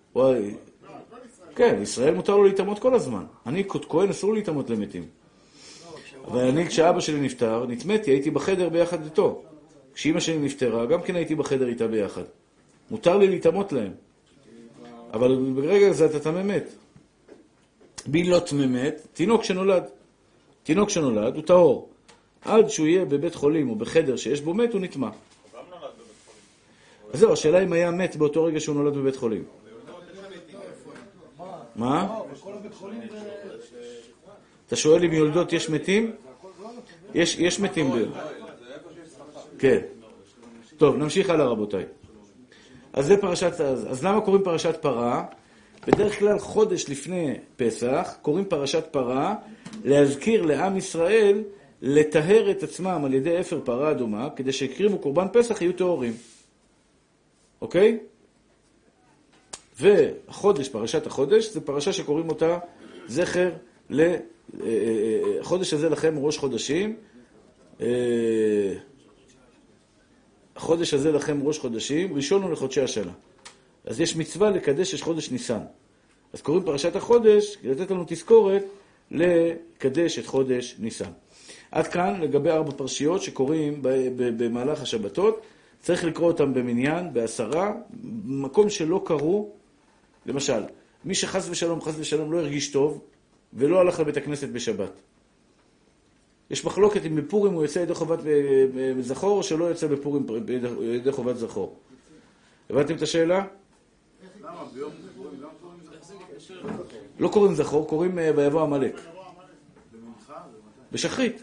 כן, ישראל מותר לו להתאמות כל הזמן. אני כהן אסור להתאמות למתים. אבל אני, כשאבא שלי נפטר, נטמאתי, הייתי בחדר ביחד איתו. כשאמא שלי נפטרה, גם כן הייתי בחדר איתה ביחד. מותר לי להתאמות להם. אבל ברגע זה אתה טמא מת. בי לא טמא מת, תינוק שנולד. תינוק שנולד הוא טהור. עד שהוא יהיה בבית חולים או בחדר שיש בו מת, הוא נטמא. הוא גם נולד בבית חולים. אז זהו, השאלה אם היה מת באותו רגע שהוא נולד בבית חולים. מה? אתה שואל אם יולדות יש מתים? יש, יש מתים. ב... כן. טוב, נמשיך הלאה רבותיי. אז זה פרשת, אז, אז למה קוראים פרשת פרה? בדרך כלל חודש לפני פסח קוראים פרשת פרה להזכיר לעם ישראל לטהר את עצמם על ידי אפר פרה אדומה, כדי שהקריבו קורבן פסח יהיו טהורים. אוקיי? והחודש, פרשת החודש, זה פרשה שקוראים אותה זכר ל... החודש הזה לכם ראש חודשים. החודש הזה לכם ראש חודשים, ראשון הוא לחודשי השנה. אז יש מצווה לקדש יש חודש ניסן. אז קוראים פרשת החודש, כדי לתת לנו תזכורת לקדש את חודש ניסן. עד כאן לגבי ארבע פרשיות שקוראים במהלך השבתות. צריך לקרוא אותם במניין, בעשרה, במקום שלא קראו. למשל, מי שחס ושלום, חס ושלום לא הרגיש טוב, ולא הלך לבית הכנסת בשבת. יש מחלוקת אם בפורים הוא יוצא ידי חובת זכור, או שלא יוצא בפורים ידי חובת זכור. הבנתם את השאלה? למה? ביום פורים לא קוראים זכור? לא קוראים זכור, קוראים ויבוא עמלק. במנחה? בשחרית.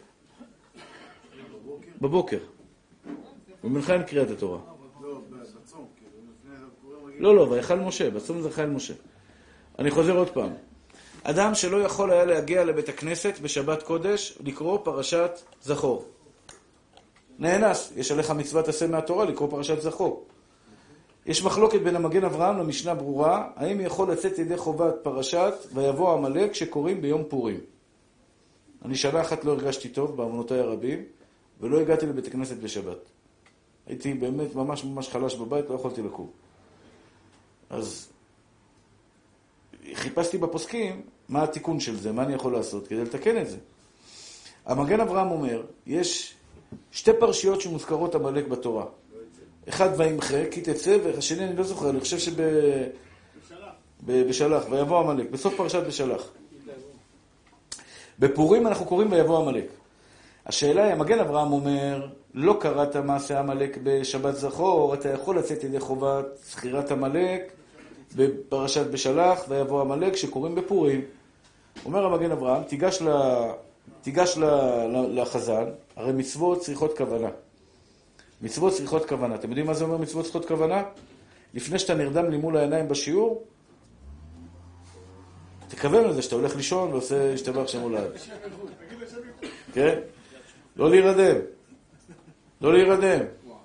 בבוקר. במנחה אין קריאת התורה. לא, בצום, כאילו, לפני פורים רגיל. לא, לא, ויחל משה, בצום זה חייל משה. אני חוזר עוד פעם. אדם שלא יכול היה להגיע לבית הכנסת בשבת קודש, לקרוא פרשת זכור. נאנס, יש עליך מצוות עשה מהתורה לקרוא פרשת זכור. יש מחלוקת בין המגן אברהם למשנה ברורה, האם יכול לצאת ידי חובת פרשת ויבוא עמלק שקוראים ביום פורים. אני שנה אחת לא הרגשתי טוב בעוונותיי הרבים, ולא הגעתי לבית הכנסת בשבת. הייתי באמת ממש ממש חלש בבית, לא יכולתי לקום. אז חיפשתי בפוסקים מה התיקון של זה, מה אני יכול לעשות כדי לתקן את זה. המגן אברהם אומר, יש שתי פרשיות שמוזכרות עמלק בתורה. אחד וימחה, כי תצא, והשני אני לא זוכר, אני חושב שב... בשלח, ויבוא עמלק, בסוף פרשת בשלח. בפורים אנחנו קוראים ויבוא עמלק. השאלה היא, המגן אברהם אומר, לא קראת מעשה עמלק בשבת זכור, אתה יכול לצאת ידי חובת זכירת עמלק בפרשת בשלח ויבוא עמלק שקוראים בפורים. אומר המגן אברהם, תיגש, ל... תיגש ל... לחזן, הרי מצוות צריכות כוונה. מצוות צריכות כוונה. אתם יודעים מה זה אומר מצוות צריכות כוונה? לפני שאתה נרדם לי מול העיניים בשיעור, תכוון לזה שאתה הולך לישון ועושה השתבח שם אולי. כן? לא להירדם. לא להירדם.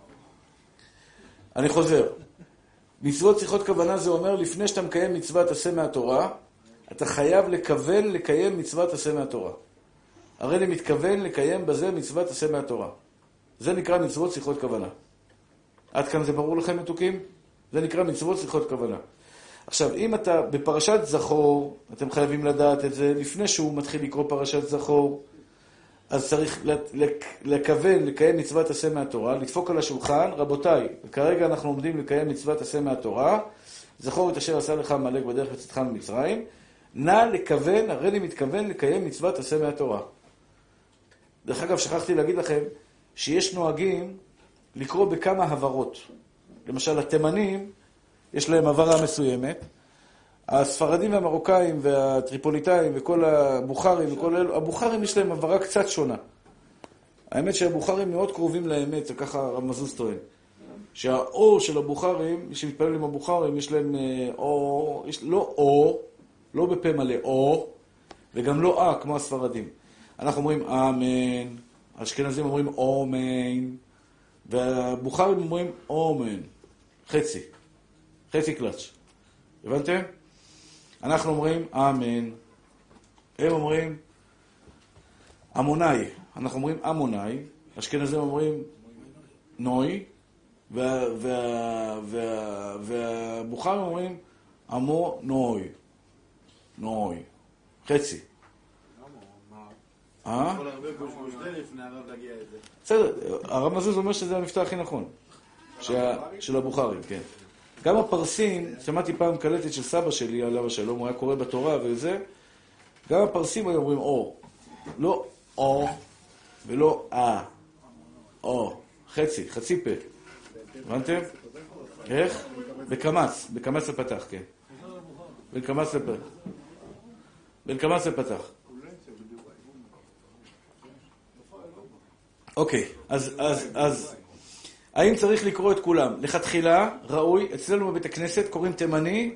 אני חוזר. מצוות צריכות כוונה זה אומר לפני שאתה מקיים מצוות עשה מהתורה, אתה חייב לכוון לקיים מצוות עשה מהתורה. הרי אני מתכוון לקיים בזה מצוות עשה מהתורה. זה נקרא מצוות צריכות כוונה. עד כאן זה ברור לכם מתוקים? זה נקרא מצוות צריכות כוונה. עכשיו, אם אתה בפרשת זכור, אתם חייבים לדעת את זה, לפני שהוא מתחיל לקרוא פרשת זכור, אז צריך לכוון, לקיים מצוות עשה מהתורה, לדפוק על השולחן, רבותיי, כרגע אנחנו עומדים לקיים מצוות עשה מהתורה, זכור את אשר עשה לך עמלק בדרך בצאתך ממצרים, נא לכוון, הרי אני מתכוון לקיים מצוות עשה מהתורה. דרך אגב, שכחתי להגיד לכם, שיש נוהגים לקרוא בכמה הברות. למשל, התימנים, יש להם הברה מסוימת, הספרדים והמרוקאים והטריפוליטאים וכל הבוכרים וכל אלו, הבוכרים יש להם הברה קצת שונה. האמת שהבוכרים מאוד קרובים לאמת, זה ככה הרב מזוז טוען. שהאור של הבוכרים, מי שמתפלל עם הבוכרים, יש להם אור, יש, לא אור, לא בפה מלא אור, וגם לא אה, כמו הספרדים. אנחנו אומרים אמן, האשכנזים אומרים אומן, והבוכרים אומרים אומן, חצי, חצי קלאץ'. הבנתם? אנחנו אומרים אמן, הם אומרים אמוני, אנחנו אומרים אמוני, אשכנזים אומרים נוי, והבוכרים אומרים אמו נוי, נוי, חצי. אה? כל הרבה גוש די לפני הרב להגיע את זה. בסדר, הרב מזוז אומר שזה המבטא הכי נכון, של הבוכרים, כן. גם הפרסים, שמעתי פעם קלטת של סבא שלי, עליו השלום, הוא היה קורא בתורה וזה, גם הפרסים היו אומרים אור. לא אור ולא אה. אור. חצי, חצי פה. הבנתם? איך? בקמץ, בקמץ לפתח, כן. בין קמץ לפתח. בין קמץ לפתח. אוקיי, אז, אז, אז, האם צריך לקרוא את כולם? לכתחילה, ראוי, אצלנו בבית הכנסת קוראים תימני,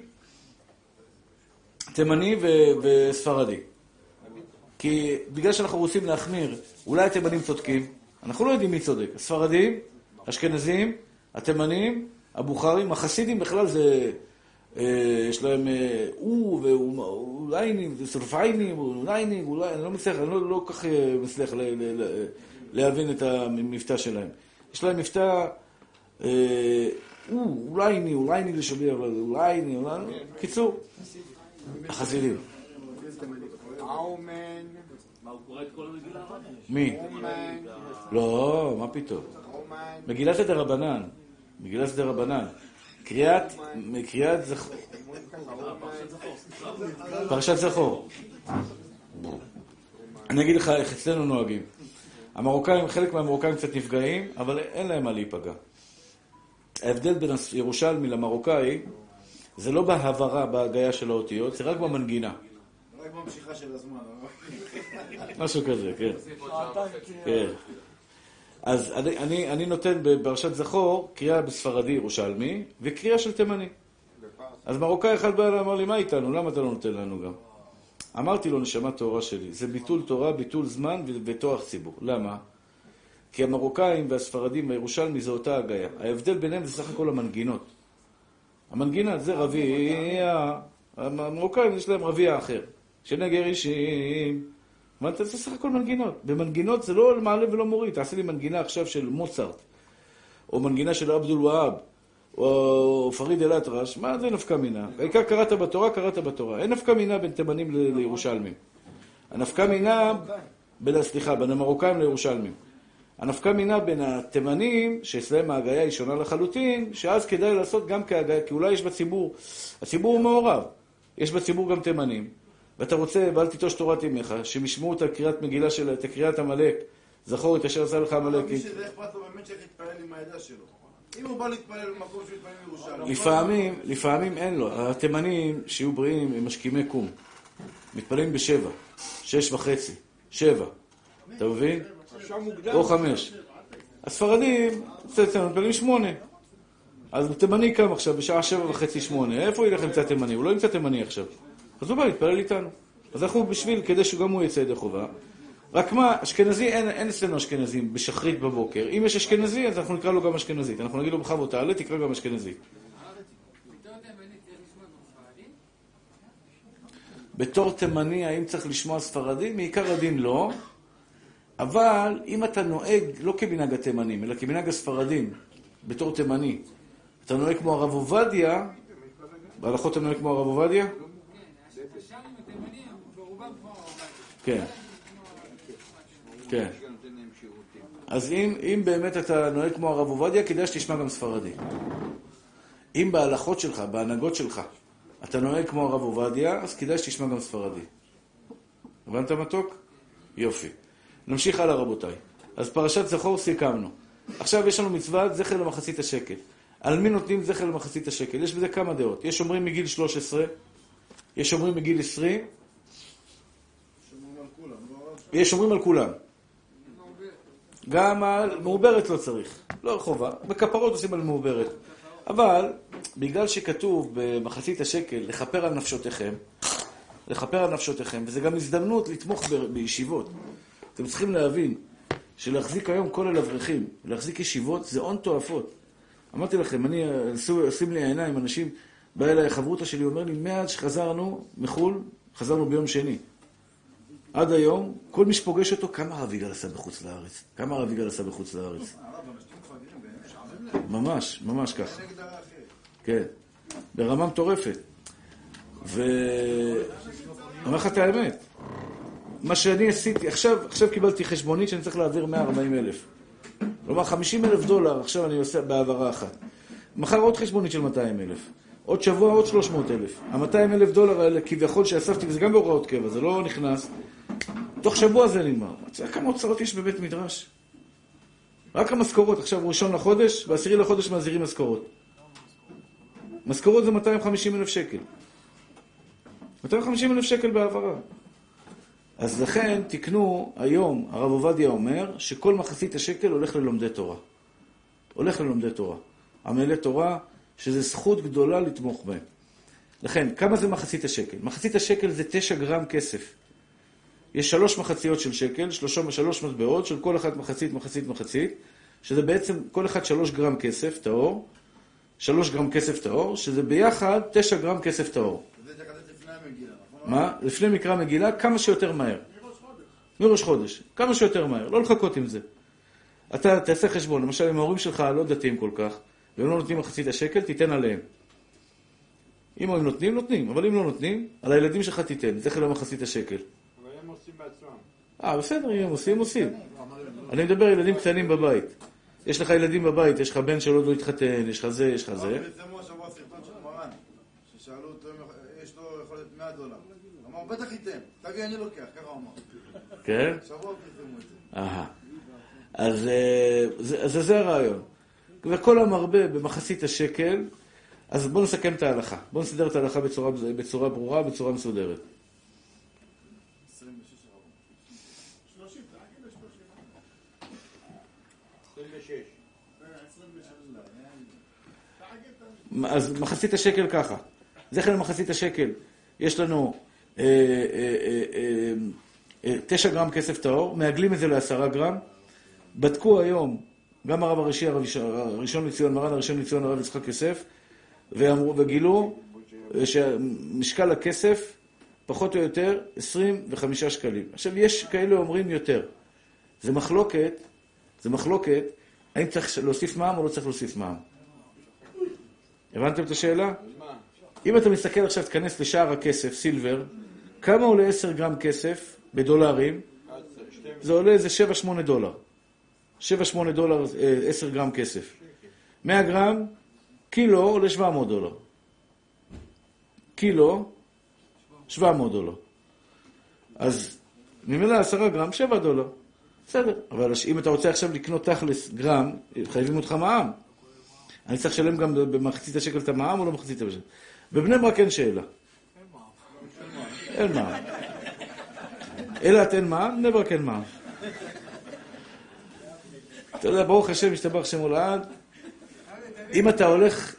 תימני ו- וספרדי. כי בגלל שאנחנו רוצים להחמיר, אולי התימנים צודקים, אנחנו לא יודעים מי צודק. הספרדים, אשכנזים, התימנים, הבוכרים, החסידים בכלל זה, אה, יש להם אה, או ואוליינים, וסולפיינים, ואוליינים, אולי, אני לא מצליח, אני לא, לא כך מצליח ל- ל- ל- להבין את המבטא שלהם. יש להם מבטא, אה, או, אולייני, אולייני לשבי, אבל אולייני, אולייני, קיצור, החסידים. האומן. מה, הוא קורא את כל המגילה הרב? מי? לא, מה פתאום? מגילת דרבנן. מגילת דרבנן. קריאת, קריאת זכור. פרשת זכור. אני אגיד לך איך אצלנו נוהגים. המרוקאים, חלק מהמרוקאים קצת נפגעים, אבל אין להם מה להיפגע. ההבדל בין ירושלמי למרוקאי, זה לא בהעברה, בהגיה של האותיות, זה רק במנגינה. רק במשיכה של הזמן. משהו כזה, כן. כן. אז אני, אני, אני נותן בפרשת זכור קריאה בספרדי ירושלמי וקריאה של תימני. אז מרוקאי אחד בא ואמר לי, מה איתנו? למה אתה לא נותן לנו גם? אמרתי לו, נשמה תורה שלי, זה ביטול תורה, ביטול זמן וטורח ציבור. למה? כי המרוקאים והספרדים והירושלמי זה אותה הגיה. ההבדל ביניהם זה סך הכל המנגינות. המנגינה זה רביע, המרוקאים יש להם רביע אחר. שני גרישים. אבל אתה עושה סך הכל מנגינות. במנגינות זה לא מעלה ולא מוריד. תעשה לי מנגינה עכשיו של מוצרט, או מנגינה של עבדול והאב, או פריד אל-אטרש. מה זה נפקא מינה? העיקר קראת בתורה, קראת בתורה. אין נפקא מינה בין תימנים ל- לירושלמים. הנפקא מינה, בין, סליחה, בין המרוקאים לירושלמים. הנפקא מינה בין התימנים, שאצלהם ההגיה היא שונה לחלוטין, שאז כדאי לעשות גם כהגיה, כי אולי יש בציבור, הציבור הוא מעורב. יש בציבור גם תימנים. ואתה רוצה, ואל תיטוש תורת אמך, שהם ישמעו את הקריאת מגילה שלה, את הקריאת עמלק, זכור את אשר עשה לך עמלק. מי שזה אכפת לו באמת צריך להתפלל עם העדה שלו. אם הוא בא להתפלל במקום שהוא יתפלל בירושלים. לפעמים, לפעמים אין לו. התימנים שיהיו בריאים הם משכימי קום. מתפללים בשבע, שש וחצי, שבע. אתה מבין? או חמש. הספרדים, מתפללים שמונה. אז תימני קם עכשיו בשעה שבע וחצי, שמונה. איפה ילך למצא תימני? הוא לא ימצא תימני עכשיו. אז הוא בא להתפלל איתנו. אז אנחנו בשביל, כדי שגם הוא יצא ידי חובה. רק מה, אשכנזי, אין, אין אצלנו אשכנזים בשחרית בבוקר. אם יש אשכנזי, אז אנחנו נקרא לו גם אשכנזית. אנחנו נגיד לו בכבוד, תעלה, תקרא גם אשכנזית. בתור תימני, האם צריך לשמוע ספרדי? מעיקר הדין לא. אבל אם אתה נוהג, לא כמנהג התימנים, אלא כמנהג הספרדים, בתור תימני, אתה נוהג כמו הרב עובדיה, בהלכות אתה נוהג כמו הרב עובדיה? כן. כן. אז אם, אם באמת אתה נוהג כמו הרב עובדיה, כדאי שתשמע גם ספרדי. אם בהלכות שלך, בהנהגות שלך, אתה נוהג כמו הרב עובדיה, אז כדאי שתשמע גם ספרדי. הבנת מתוק? יופי. נמשיך הלאה רבותיי. אז פרשת זכור סיכמנו. עכשיו יש לנו מצוות זכר למחצית השקל. על מי נותנים זכר למחצית השקל? יש בזה כמה דעות. יש אומרים מגיל שלוש עשרה, יש אומרים מגיל עשרים, יש אומרים על כולם. גם על מעוברת לא צריך. לא חובה. בכפרות עושים על מעוברת. אבל בגלל שכתוב במחצית השקל לכפר על נפשותיכם, לכפר על נפשותיכם, וזה גם הזדמנות לתמוך ב- בישיבות. אתם צריכים להבין שלהחזיק היום כל אל אברכים, להחזיק ישיבות זה הון תועפות. אמרתי לכם, אני, עושים לי העיניים, אנשים, בא אליי חברותה שלי, אומר לי, מאז שחזרנו מחול, חזרנו ביום שני. עד היום, כל מי שפוגש אותו, כמה הרב יגאל עשה בחוץ לארץ? כמה הרב יגאל עשה בחוץ לארץ? ממש, ממש ככה. כן, ברמה מטורפת. ואומר לך את האמת. מה שאני עשיתי, עכשיו, עכשיו קיבלתי חשבונית שאני צריך להעביר מאה וארבעים אלף. כלומר, חמישים אלף דולר, עכשיו אני עושה בהעברה אחת. מחר עוד חשבונית של מאתיים אלף. עוד שבוע עוד שלוש מאות אלף. ה-מאתיים אלף דולר האלה, כביכול שאספתי, וזה גם בהוראות קבע, זה לא נכנס. תוך שבוע זה נגמר. זה כמה הוצאות יש בבית מדרש. רק המשכורות, עכשיו ראשון לחודש, בעשירי לחודש מעזירים משכורות. משכורות זה מאתיים וחמישים אלף שקל. מאתיים וחמישים אלף שקל בהעברה. אז לכן תקנו היום, הרב עובדיה אומר, שכל מחצית השקל הולך ללומדי תורה. הולך ללומדי תורה. עמלי תורה, שזה זכות גדולה לתמוך בהם. לכן, כמה זה מחצית השקל? מחצית השקל זה תשע גרם כסף. יש שלוש מחציות של שקל, שלוש, שלוש מטבעות, של כל אחת מחצית, מחצית, מחצית, שזה בעצם כל אחד שלוש גרם כסף, טהור, שלוש גרם כסף טהור, שזה ביחד תשע גרם כסף טהור. זה תקדש לפני המגילה, נכון? מה? לפני מקרא מגילה, כמה שיותר מהר. מראש חודש. מראש חודש. כמה שיותר מהר, לא לחכות עם זה. אתה תעשה חשבון, למשל, אם ההורים שלך לא דתיים כל כך, והם לא נותנים מחצית השקל, תיתן עליהם. אם הם נותנים, נותנים, אבל אם לא נותנים, על הילדים שלך תיתן, זה חלק מחצית השקל. אבל הם עושים בעצמם. אה, בסדר, אם הם עושים, עושים. אני מדבר על ילדים קטנים בבית. יש לך ילדים בבית, יש לך בן שלא לא התחתן, יש לך זה, יש לך זה. פרסמו השבוע סרטון של מרן, ששאלו אותו אם יש לו יכול להיות מאה דולר. אמר, בטח ייתן, תגיד, אני לוקח, ככה הוא אמר. כן? שבוע פרסמו את זה. אהה. אז אה, זה, זה, זה הרעיון. וכל המרבה במחצית השקל, אז בואו נסכם את ההלכה. בואו נסדר את ההלכה בצורה, בצורה ברורה, בצורה מסודרת. עשרים ושש הרב. שלושים, תגיד לשלושים. עשרים ושש. עשרים ושש. אז מחצית השקל ככה. זכר למחצית השקל, יש לנו אה, אה, אה, אה, אה, תשע גרם כסף טהור, מעגלים את זה לעשרה גרם. בדקו היום, גם הרב הראשי, הראשון לציון, מרן הראשון לציון, הרב יצחק יוסף, ואמרו וגילו שמשקל הכסף פחות או יותר עשרים וחמישה שקלים. עכשיו יש כאלה אומרים יותר. זה מחלוקת, זה מחלוקת, האם צריך להוסיף מע"מ או לא צריך להוסיף מע"מ? הבנתם את השאלה? אם אתה מסתכל עכשיו, תכנס לשער הכסף, סילבר, כמה עולה עשרה גרם כסף בדולרים? זה עולה איזה שבע שמונה דולר. שבע שמונה דולר, עשרה גרם כסף. מאה גרם, קילו עולה שבע מאות דולר. קילו, שבע מאות דולר. אז ממילא עשרה גרם, שבע דולר. בסדר. אבל אם אתה רוצה עכשיו לקנות תכלס גרם, חייבים אותך מע"מ. אני צריך לשלם גם במחצית השקל את המע"מ או לא מחצית השקל? בבני ברק אין שאלה. אין מע"מ. אילת אין מע"מ, בני ברק אין מע"מ. אתה יודע, ברוך השם, משתבח שם הולד. אם אתה הולך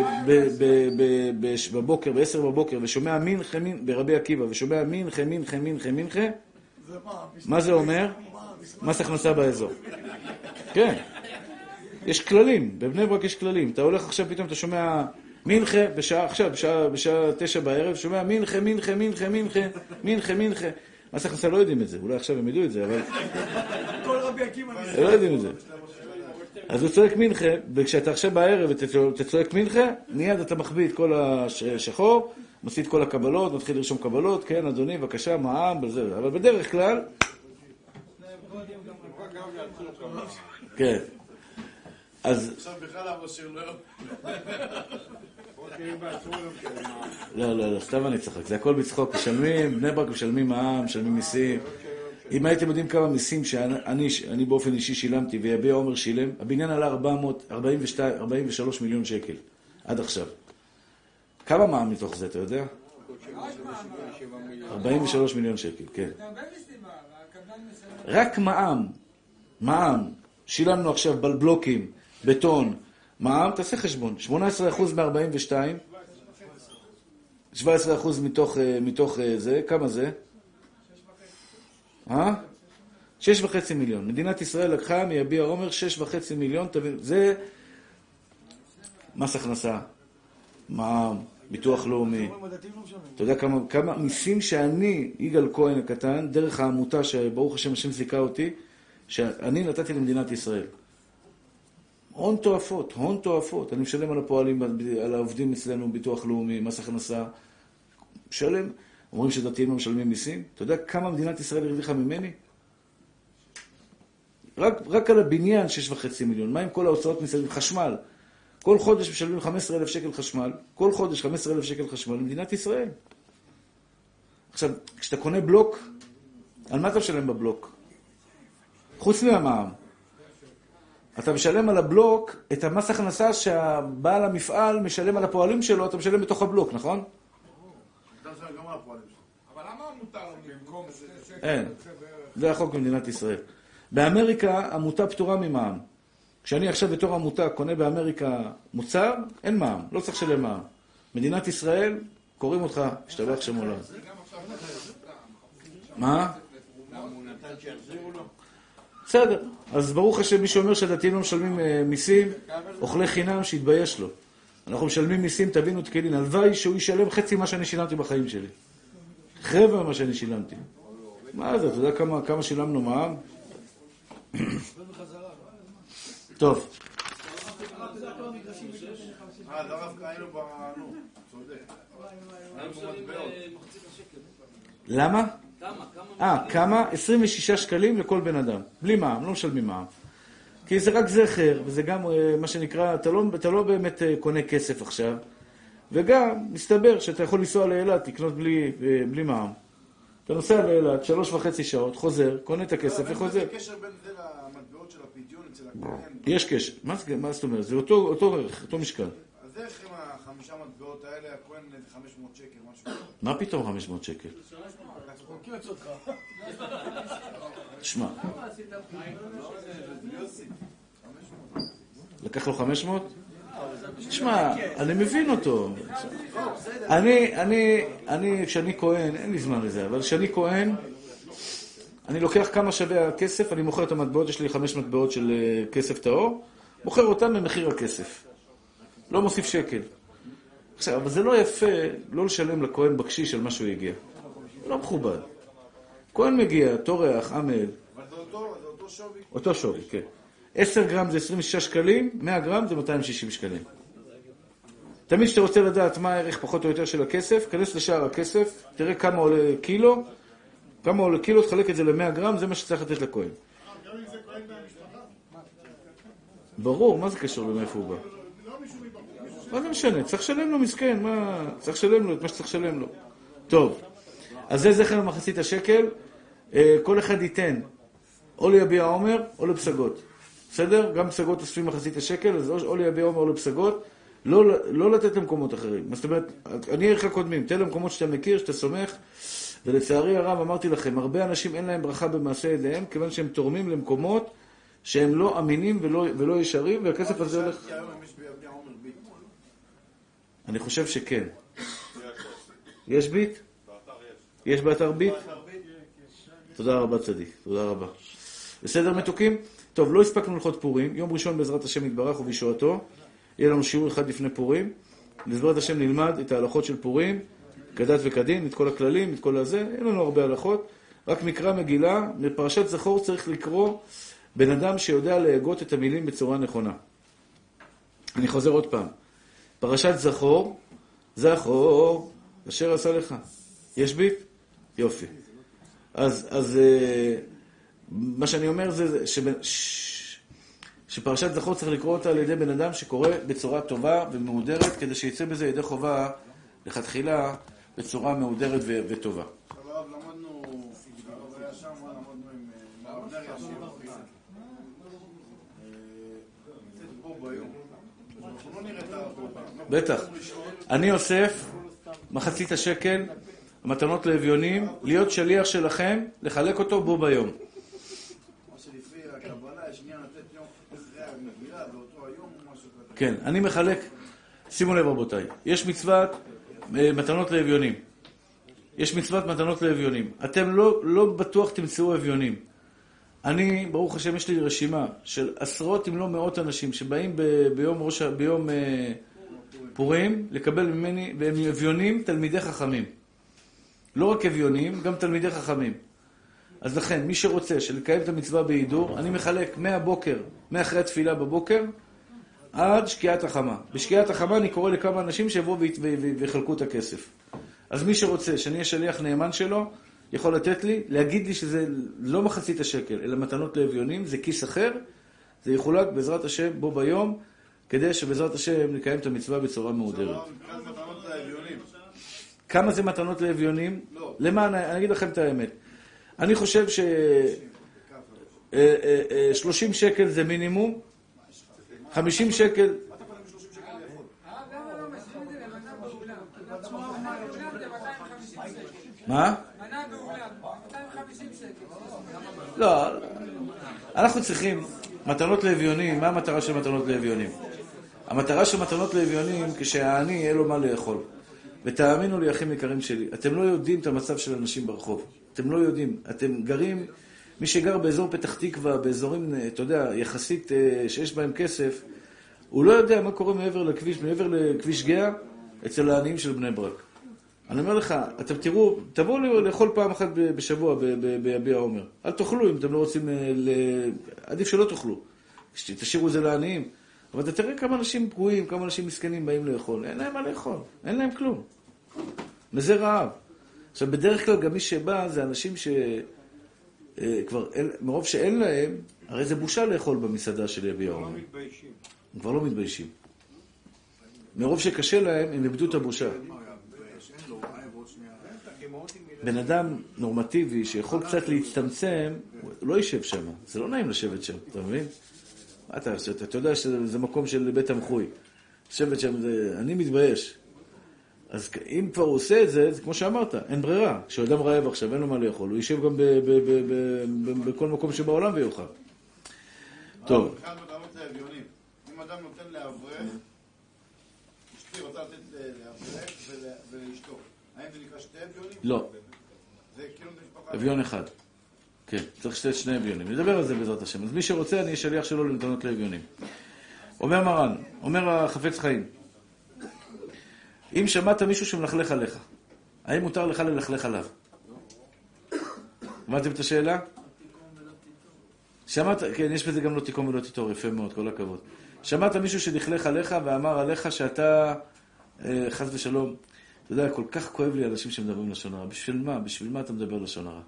בבוקר, בעשר בבוקר, ושומע מינכה מין, ברבי עקיבא, ושומע מינכה מינכה מינכה מינכה, מה זה אומר? מס הכנסה באזור. כן. יש כללים, בבני ברק יש כללים. אתה הולך עכשיו, פתאום אתה שומע מינכה, בשעה עכשיו, בשעה, בשעה תשע בערב, שומע מינכה, מינכה, מינכה, מינכה, מינכה, מינכה. מס הכנסה לא יודעים את זה, אולי עכשיו הם ידעו את זה, אבל... כל רבי עקיבא לא יודעים את זה. אז הוא צועק מינכה, וכשאתה עכשיו בערב ואתה צועק מינכה, מיד אתה מחביא את כל השחור, מוציא את כל הקבלות, מתחיל לרשום קבלות, כן, אדוני, בבקשה, מע"מ, בזה. אבל בדרך כלל... כן. אז... עכשיו בכלל הראשיר לא... לא, לא, לא, סתם אני צחק. זה הכל בצחוק. משלמים, בני ברק משלמים מע"מ, משלמים מיסים. אם הייתם יודעים כמה מיסים שאני אני באופן אישי שילמתי ויביע עומר שילם, הבניין עלה ארבע מאות ארבעים ושלושה מיליון שקל עד עכשיו. כמה מע"מ מתוך זה, אתה יודע? ארבעים ושלושה מיליון שקל, כן. רק מע"מ, מע"מ, שילמנו עכשיו בלבלוקים, בטון, מע"מ, תעשה חשבון, שמונה עשרה אחוז מ-ארבעים ושתיים, שבע עשרה אחוז מתוך, מתוך זה, כמה זה? אה? שש וחצי מיליון. מדינת ישראל לקחה מיביע עומר שש וחצי מיליון, תבין, זה מס הכנסה, מע"מ, ביטוח לאומי. אתה יודע כמה, כמה מיסים שאני, יגאל כהן הקטן, דרך העמותה שברוך השם השם זיקה אותי, שאני נתתי למדינת ישראל. הון תועפות, הון תועפות. אני משלם על הפועלים, על העובדים אצלנו, ביטוח לאומי, מס הכנסה. משלם. אומרים שדתיים לא משלמים מיסים. אתה יודע כמה מדינת ישראל הרוויחה ממני? רק, רק על הבניין שש וחצי מיליון. מה עם כל ההוצאות מסביב? חשמל. כל חודש משלמים חמישה עשר אלף שקל חשמל. כל חודש חמישה עשר אלף שקל חשמל למדינת ישראל. עכשיו, כשאתה קונה בלוק, על מה אתה משלם בבלוק? חוץ מהמע"מ. אתה משלם על הבלוק את המס הכנסה שהבעל המפעל משלם על הפועלים שלו, אתה משלם בתוך הבלוק, נכון? אתה משלם גם על הפועלים שלו. אבל למה אין. זה החוק במדינת ישראל. באמריקה עמותה פטורה ממע"מ. כשאני עכשיו בתור עמותה קונה באמריקה מוצר, אין מע"מ, לא צריך לשלם מע"מ. מדינת ישראל, קוראים אותך, השתבח שם עולם. מה? בסדר, אז ברוך השם מי שאומר שהדתיים לא משלמים מיסים, אוכלי חינם, שיתבייש לו. אנחנו משלמים מיסים, תבינו תקלין, הלוואי שהוא ישלם חצי מה שאני שילמתי בחיים שלי. רבע מה שאני שילמתי. מה זה, אתה יודע כמה, כמה שילמנו מע"מ? טוב. אה, דווקא היינו בנו, צודק. למה? אה, כמה? עשרים ושישה שקלים לכל בן אדם. בלי מע"מ, לא משלמים מע"מ. כי זה רק זכר, וזה גם מה שנקרא, אתה לא, אתה לא באמת קונה כסף עכשיו, וגם מסתבר שאתה יכול לנסוע לאילת, לקנות בלי, בלי מע"מ. אתה נוסע לאילת, שלוש וחצי שעות, חוזר, קונה את הכסף וחוזר. יש קשר בין זה למטבעות של הפדיון אצל הכהן? יש קשר. מה זאת אומרת? זה אותו, אותו ערך, אותו משקל. אז איך עם החמישה מטבעות האלה, הכהן חמש מאות שקל, משהו? מה פתאום חמש מאות שקל? תשמע. לקח לו חמש מאות? תשמע, אני מבין אותו. אני, אני, אני, כשאני כהן, אין לי זמן לזה, אבל כשאני כהן, אני לוקח כמה שווה הכסף, אני מוכר את המטבעות, יש לי חמש מטבעות של כסף טהור, מוכר אותם במחיר הכסף. לא מוסיף שקל. עכשיו, אבל זה לא יפה לא לשלם לכהן בקשיש על מה שהוא הגיע. לא מכובד. כהן מגיע, טורח, עמל. אבל זה אותו, זה אותו שווי? אותו שווי, כן. עשרה גרם זה עשרים ושישה שקלים, מאה גרם זה מאתיים ושישים שקלים. תמיד שאתה רוצה לדעת מה הערך פחות או יותר של הכסף, כנס לשער הכסף, תראה כמה עולה קילו, כמה עולה קילו, תחלק את זה ל-מאה גרם, זה מה שצריך לתת לכהן. גם אם זה כהן מהמשפחה? ברור, מה זה קשור למאיפה הוא בא? לא מישהו מבחור. מה זה משנה? צריך לשלם לו מסכן, מה? צריך לשלם לו את מה שצריך לשלם לו. טוב, אז זה זכר למחצית השקל, כל אחד ייתן או ליביע עומר או לפסגות. בסדר? גם פסגות אוספים מחצית השקל, אז או ליביע עומר או לפסגות, לא, לא לתת למקומות אחרים. זאת אומרת, אני ערך הקודמים, תן למקומות שאתה מכיר, שאתה סומך, ולצערי הרב אמרתי לכם, הרבה אנשים אין להם ברכה במעשה ידיהם, כיוון שהם תורמים למקומות שהם לא אמינים ולא, ולא ישרים, והכסף הזה הולך... אני חושב שכן. יש ביט? יש באתר ביט? תודה רבה צדיק, תודה רבה. בסדר מתוקים? טוב, לא הספקנו ללכות פורים, יום ראשון בעזרת השם יתברך ובישועתו, יהיה לנו שיעור אחד לפני פורים, בעזרת השם נלמד את ההלכות של פורים, כדת וכדין, את כל הכללים, את כל הזה, אין לנו הרבה הלכות, רק מקרא מגילה, בפרשת זכור צריך לקרוא בן אדם שיודע להגות את המילים בצורה נכונה. אני חוזר עוד פעם, פרשת זכור, זכור, אשר עשה לך. יש ביט? יופי. אז, אז מה שאני אומר זה שבנ... שפרשת זכור צריך לקרוא אותה על ידי בן אדם שקורא בצורה טובה ומהודרת, כדי שיצא בזה ידי חובה לכתחילה בצורה מהודרת ו... וטובה. עכשיו הרב, למדנו, הרב היה שם, למדנו עם הרב נריה שיהיה פה ביום. אנחנו לא נראה את הרב. בטח. אני אוסף מחצית השקל, מתנות לאביונים, להיות שליח שלכם, לחלק אותו בו ביום. מה שלפי הקבלה, יש עניין לתת יום אחרי המגילה, באותו היום או משהו כזה. כן, אני מחלק, שימו לב רבותיי, יש מצוות מתנות לאביונים. יש מצוות מתנות לאביונים. אתם לא, לא בטוח תמצאו אביונים. אני, ברוך השם, יש לי רשימה של עשרות אם לא מאות אנשים שבאים ב, ביום, ראש, ביום אה, פורים לקבל ממני, והם אביונים תלמידי חכמים. לא רק אביונים, גם תלמידי חכמים. אז לכן, מי שרוצה שלקיים את המצווה בהידור, אני מחלק מהבוקר, מאחרי התפילה בבוקר, עד שקיעת החמה. בשקיעת החמה אני קורא לכמה אנשים שיבואו ויחלקו את הכסף. אז מי שרוצה שאני אהיה שליח נאמן שלו, יכול לתת לי, להגיד לי שזה לא מחצית השקל, אלא מתנות לאביונים, זה כיס אחר, זה יחולק בעזרת השם בו ביום, כדי שבעזרת השם נקיים את המצווה בצורה מהודרת. כמה זה מתנות לאביונים? לא. למען, אני אגיד לכם את האמת. אני חושב ש... שלושים שקל זה מינימום, חמישים שקל... מה? לא, אנחנו צריכים מתנות לאביונים. מה המטרה של מתנות לאביונים? המטרה של מתנות לאביונים, כשהעני יהיה לו מה לאכול. ותאמינו לי, אחים יקרים שלי, אתם לא יודעים את המצב של אנשים ברחוב. אתם לא יודעים. אתם גרים, מי שגר באזור פתח תקווה, באזורים, אתה יודע, יחסית שיש בהם כסף, הוא לא יודע מה קורה מעבר לכביש, מעבר לכביש גאה, אצל העניים של בני ברק. אני אומר לך, אתם תראו, תבואו לאכול פעם אחת בשבוע ביביע עומר. אל תאכלו אם אתם לא רוצים, עדיף שלא תאכלו. תשאירו את זה לעניים. אבל אתה תראה כמה אנשים פגועים, כמה אנשים מסכנים באים לאכול. אין להם מה לאכול, אין להם כלום. מזה רעב. עכשיו, בדרך כלל גם מי שבא זה אנשים שכבר, מרוב שאין להם, הרי זה בושה לאכול במסעדה של יביע עומר. לא מתביישים. הם כבר לא מתביישים. מרוב שקשה להם, הם איבדו את הבושה. בן אדם נורמטיבי שיכול קצת להצטמצם, לא יישב שם. זה לא נעים לשבת שם, אתה מבין? אתה, אתה יודע שזה מקום של בית המחוי. לשבת שם, זה, אני מתבייש. אז אם כבר הוא עושה את זה, זה כמו שאמרת, אין ברירה. כשאדם רעב עכשיו, אין לו מה לאכול. הוא יישב גם ב, ב, ב, ב, ב, בכל מקום שבעולם ויוכל. טוב. אחד מתנות לאביונים. אם אדם נותן לאברך, אשתי רוצה לתת לאברך ולאשתו. האם זה נקרא שתי אביונים? לא. זה כאילו משפחה. אביון אחד. כן, צריך שתי שני אביונים. נדבר על זה בעזרת השם. אז מי שרוצה, אני אשליח שלו למתנות לאביונים. אומר מרן, אומר החפץ חיים, אם שמעת מישהו שמלכלך עליך, האם מותר לך ללכלך עליו? אמרתם את השאלה? שמעת, כן, יש בזה גם לא תיקום ולא תיטור, יפה מאוד, כל הכבוד. שמעת מישהו שלכלך עליך ואמר עליך שאתה, אה, חס ושלום, אתה יודע, כל כך כואב לי אנשים שמדברים לשון הרע. בשביל מה? בשביל מה אתה מדבר לשון הרע?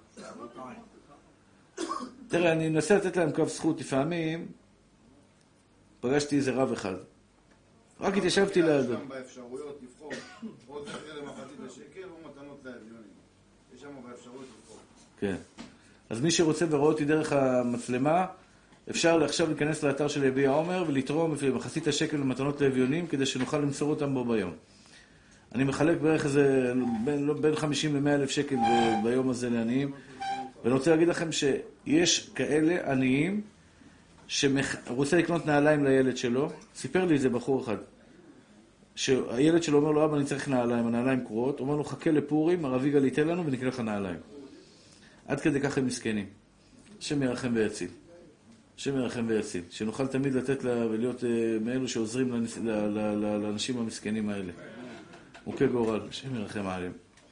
תראה, אני מנסה לתת להם קו זכות. לפעמים פגשתי איזה רב אחד. רק התיישבתי לידו. יש שם באפשרויות לבחור, או זכר למחצית השקל, או מתנות לאביונים. יש שם באפשרויות לבחור. כן. אז מי שרוצה ורואה אותי דרך המצלמה, אפשר עכשיו להיכנס לאתר של יביע עומר ולתרום מחצית השקל למתנות לאביונים, כדי שנוכל למסור אותם בו ביום. אני מחלק בערך איזה בין, בין חמישים למאה אלף שקל ב, ביום הזה לעניים. ואני רוצה להגיד לכם שיש כאלה עניים שרוצה לקנות נעליים לילד שלו. סיפר לי איזה בחור אחד, שהילד שלו אומר לו, אבא, אני צריך נעליים, הנעליים קרועות. הוא אומר לו, חכה לפורים, הרב יגאל ייתן לנו ונקנה לך נעליים. עד כדי כך הם מסכנים. השם ירחם ויציל. השם ירחם ויציל. שנוכל תמיד לתת לה ולהיות מאלו שעוזרים לנס... ל... ל... ל... לאנשים המסכנים האלה. מוכה גורל, השם ירחם עליהם.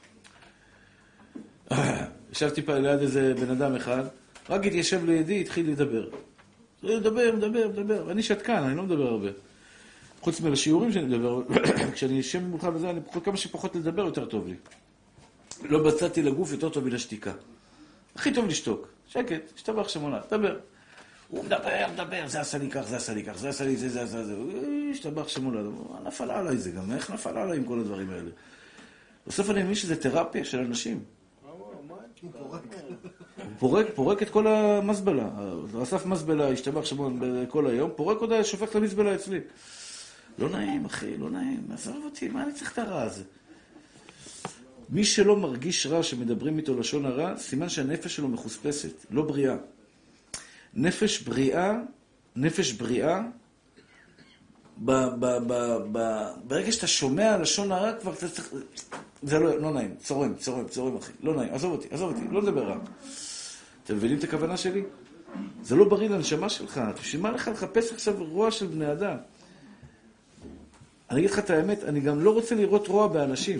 ישבתי פה ליד איזה בן אדם אחד, רק התיישב לידי, התחיל לדבר. לדבר, מדבר, מדבר. ואני שתקן, אני לא מדבר הרבה. חוץ מלשיעורים שאני מדבר, כשאני יושב ממולך בזה, אני פחות, כמה שפחות לדבר יותר טוב לי. לא בצעתי לגוף יותר טוב מלשתיקה. הכי טוב לשתוק. שקט, שתבח שמונה, דבר. הוא מדבר, מדבר, זה עשה לי כך, זה עשה לי כך, זה עשה לי זה, זה עשה זה. שתבח שמונה, נפל עליי זה גם, איך נפל עליי עם כל הדברים האלה? בסוף אני מבין שזה תרפיה של אנשים. הוא פורק. הוא פורק, פורק את כל המזבלה. אסף מזבלה, השתבח שמון בכל היום, פורק עוד שופך את המזבלה אצלי. לא נעים, אחי, לא נעים. עזוב אותי, מה אני צריך את הרע הזה? מי שלא מרגיש רע שמדברים איתו לשון הרע, סימן שהנפש שלו מחוספסת, לא בריאה. נפש בריאה, נפש בריאה, ב, ב, ב, ב, ברגע שאתה שומע לשון הרע, כבר אתה צריך... זה לא, לא נעים, צורם, צורם, צורם, אחי. לא נעים, עזוב אותי, עזוב אותי, לא לדבר רע. אתם מבינים את הכוונה שלי? זה לא בריא לנשמה שלך. בשביל מה לך לחפש עכשיו רוע של בני אדם? אני אגיד לך את האמת, אני גם לא רוצה לראות רוע באנשים.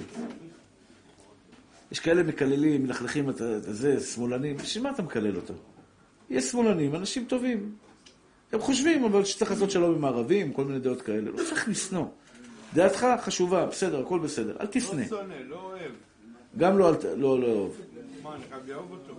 יש כאלה מקללים, מלכלכים את זה, שמאלנים. בשביל מה אתה מקלל אותו? יש שמאלנים, אנשים טובים. הם חושבים, אבל שצריך לעשות שלום עם הערבים, כל מיני דעות כאלה. לא צריך לשנוא. דעתך חשובה, בסדר, הכל בסדר. אל תשנא. לא שונא, לא אוהב. גם לא, לא, לא אוהב. מה, אני חייב לאהוב אותו?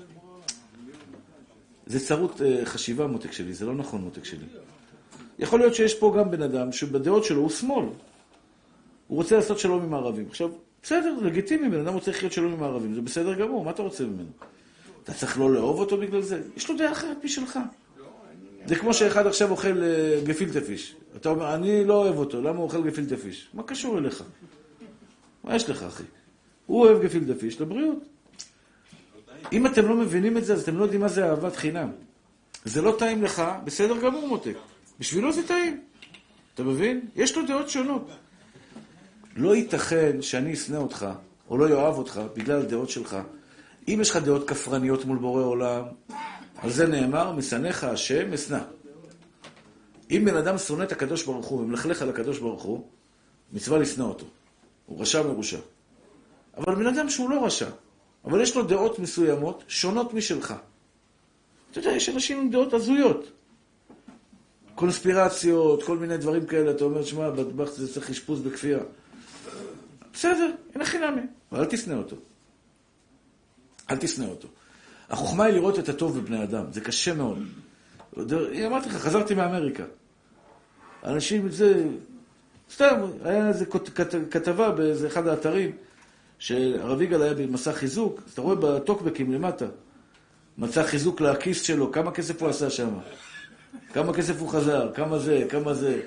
זה צרות חשיבה, מותק שלי. זה לא נכון, מותק שלי. יכול להיות שיש פה גם בן אדם שבדעות שלו הוא שמאל. הוא רוצה לעשות שלום עם הערבים. עכשיו, בסדר, לגיטימי, בן אדם רוצה לחיות שלום עם הערבים. זה בסדר גמור, מה אתה רוצה ממנו? אתה צריך לא לאהוב אותו בגלל זה? יש לו דעה אחרת משלך. זה כמו שאחד עכשיו אוכל גפילטע פיש. אתה אומר, אני לא אוהב אותו, למה הוא אוכל גפילטע פיש? מה קשור אליך? מה יש לך, אחי? הוא אוהב גפילטע פיש לבריאות. אם אתם לא מבינים את זה, אז אתם לא יודעים מה זה אהבת חינם. זה לא טעים לך, בסדר גמור מותק. בשבילו זה טעים. אתה מבין? יש לו דעות שונות. לא ייתכן שאני אשנא אותך, או לא יאהב אותך, בגלל הדעות שלך. אם יש לך דעות כפרניות מול בורא עולם, על זה נאמר, משנאיך השם אשנא. אם בן אדם שונא את הקדוש ברוך הוא, ומלכלך על הקדוש ברוך הוא, מצווה לשנוא אותו. הוא רשע מרושע. אבל בן אדם שהוא לא רשע, אבל יש לו דעות מסוימות, שונות משלך. אתה יודע, יש אנשים עם דעות הזויות. קונספירציות, כל מיני דברים כאלה, אתה אומר, שמע, בטבח זה צריך אשפוז בכפייה. בסדר, אין הכי נמי, אבל אל תשנא אותו. אל תשנא אותו. החוכמה היא לראות את הטוב בבני אדם, זה קשה מאוד. אמרתי לך, חזרתי מאמריקה. אנשים את זה, סתם, היה איזו כתבה באיזה אחד האתרים, שהרב יגאל היה במסע חיזוק, אז אתה רואה בטוקבקים למטה, מצא חיזוק לכיס שלו, כמה כסף הוא עשה שם? כמה כסף הוא חזר? כמה זה? כמה זה?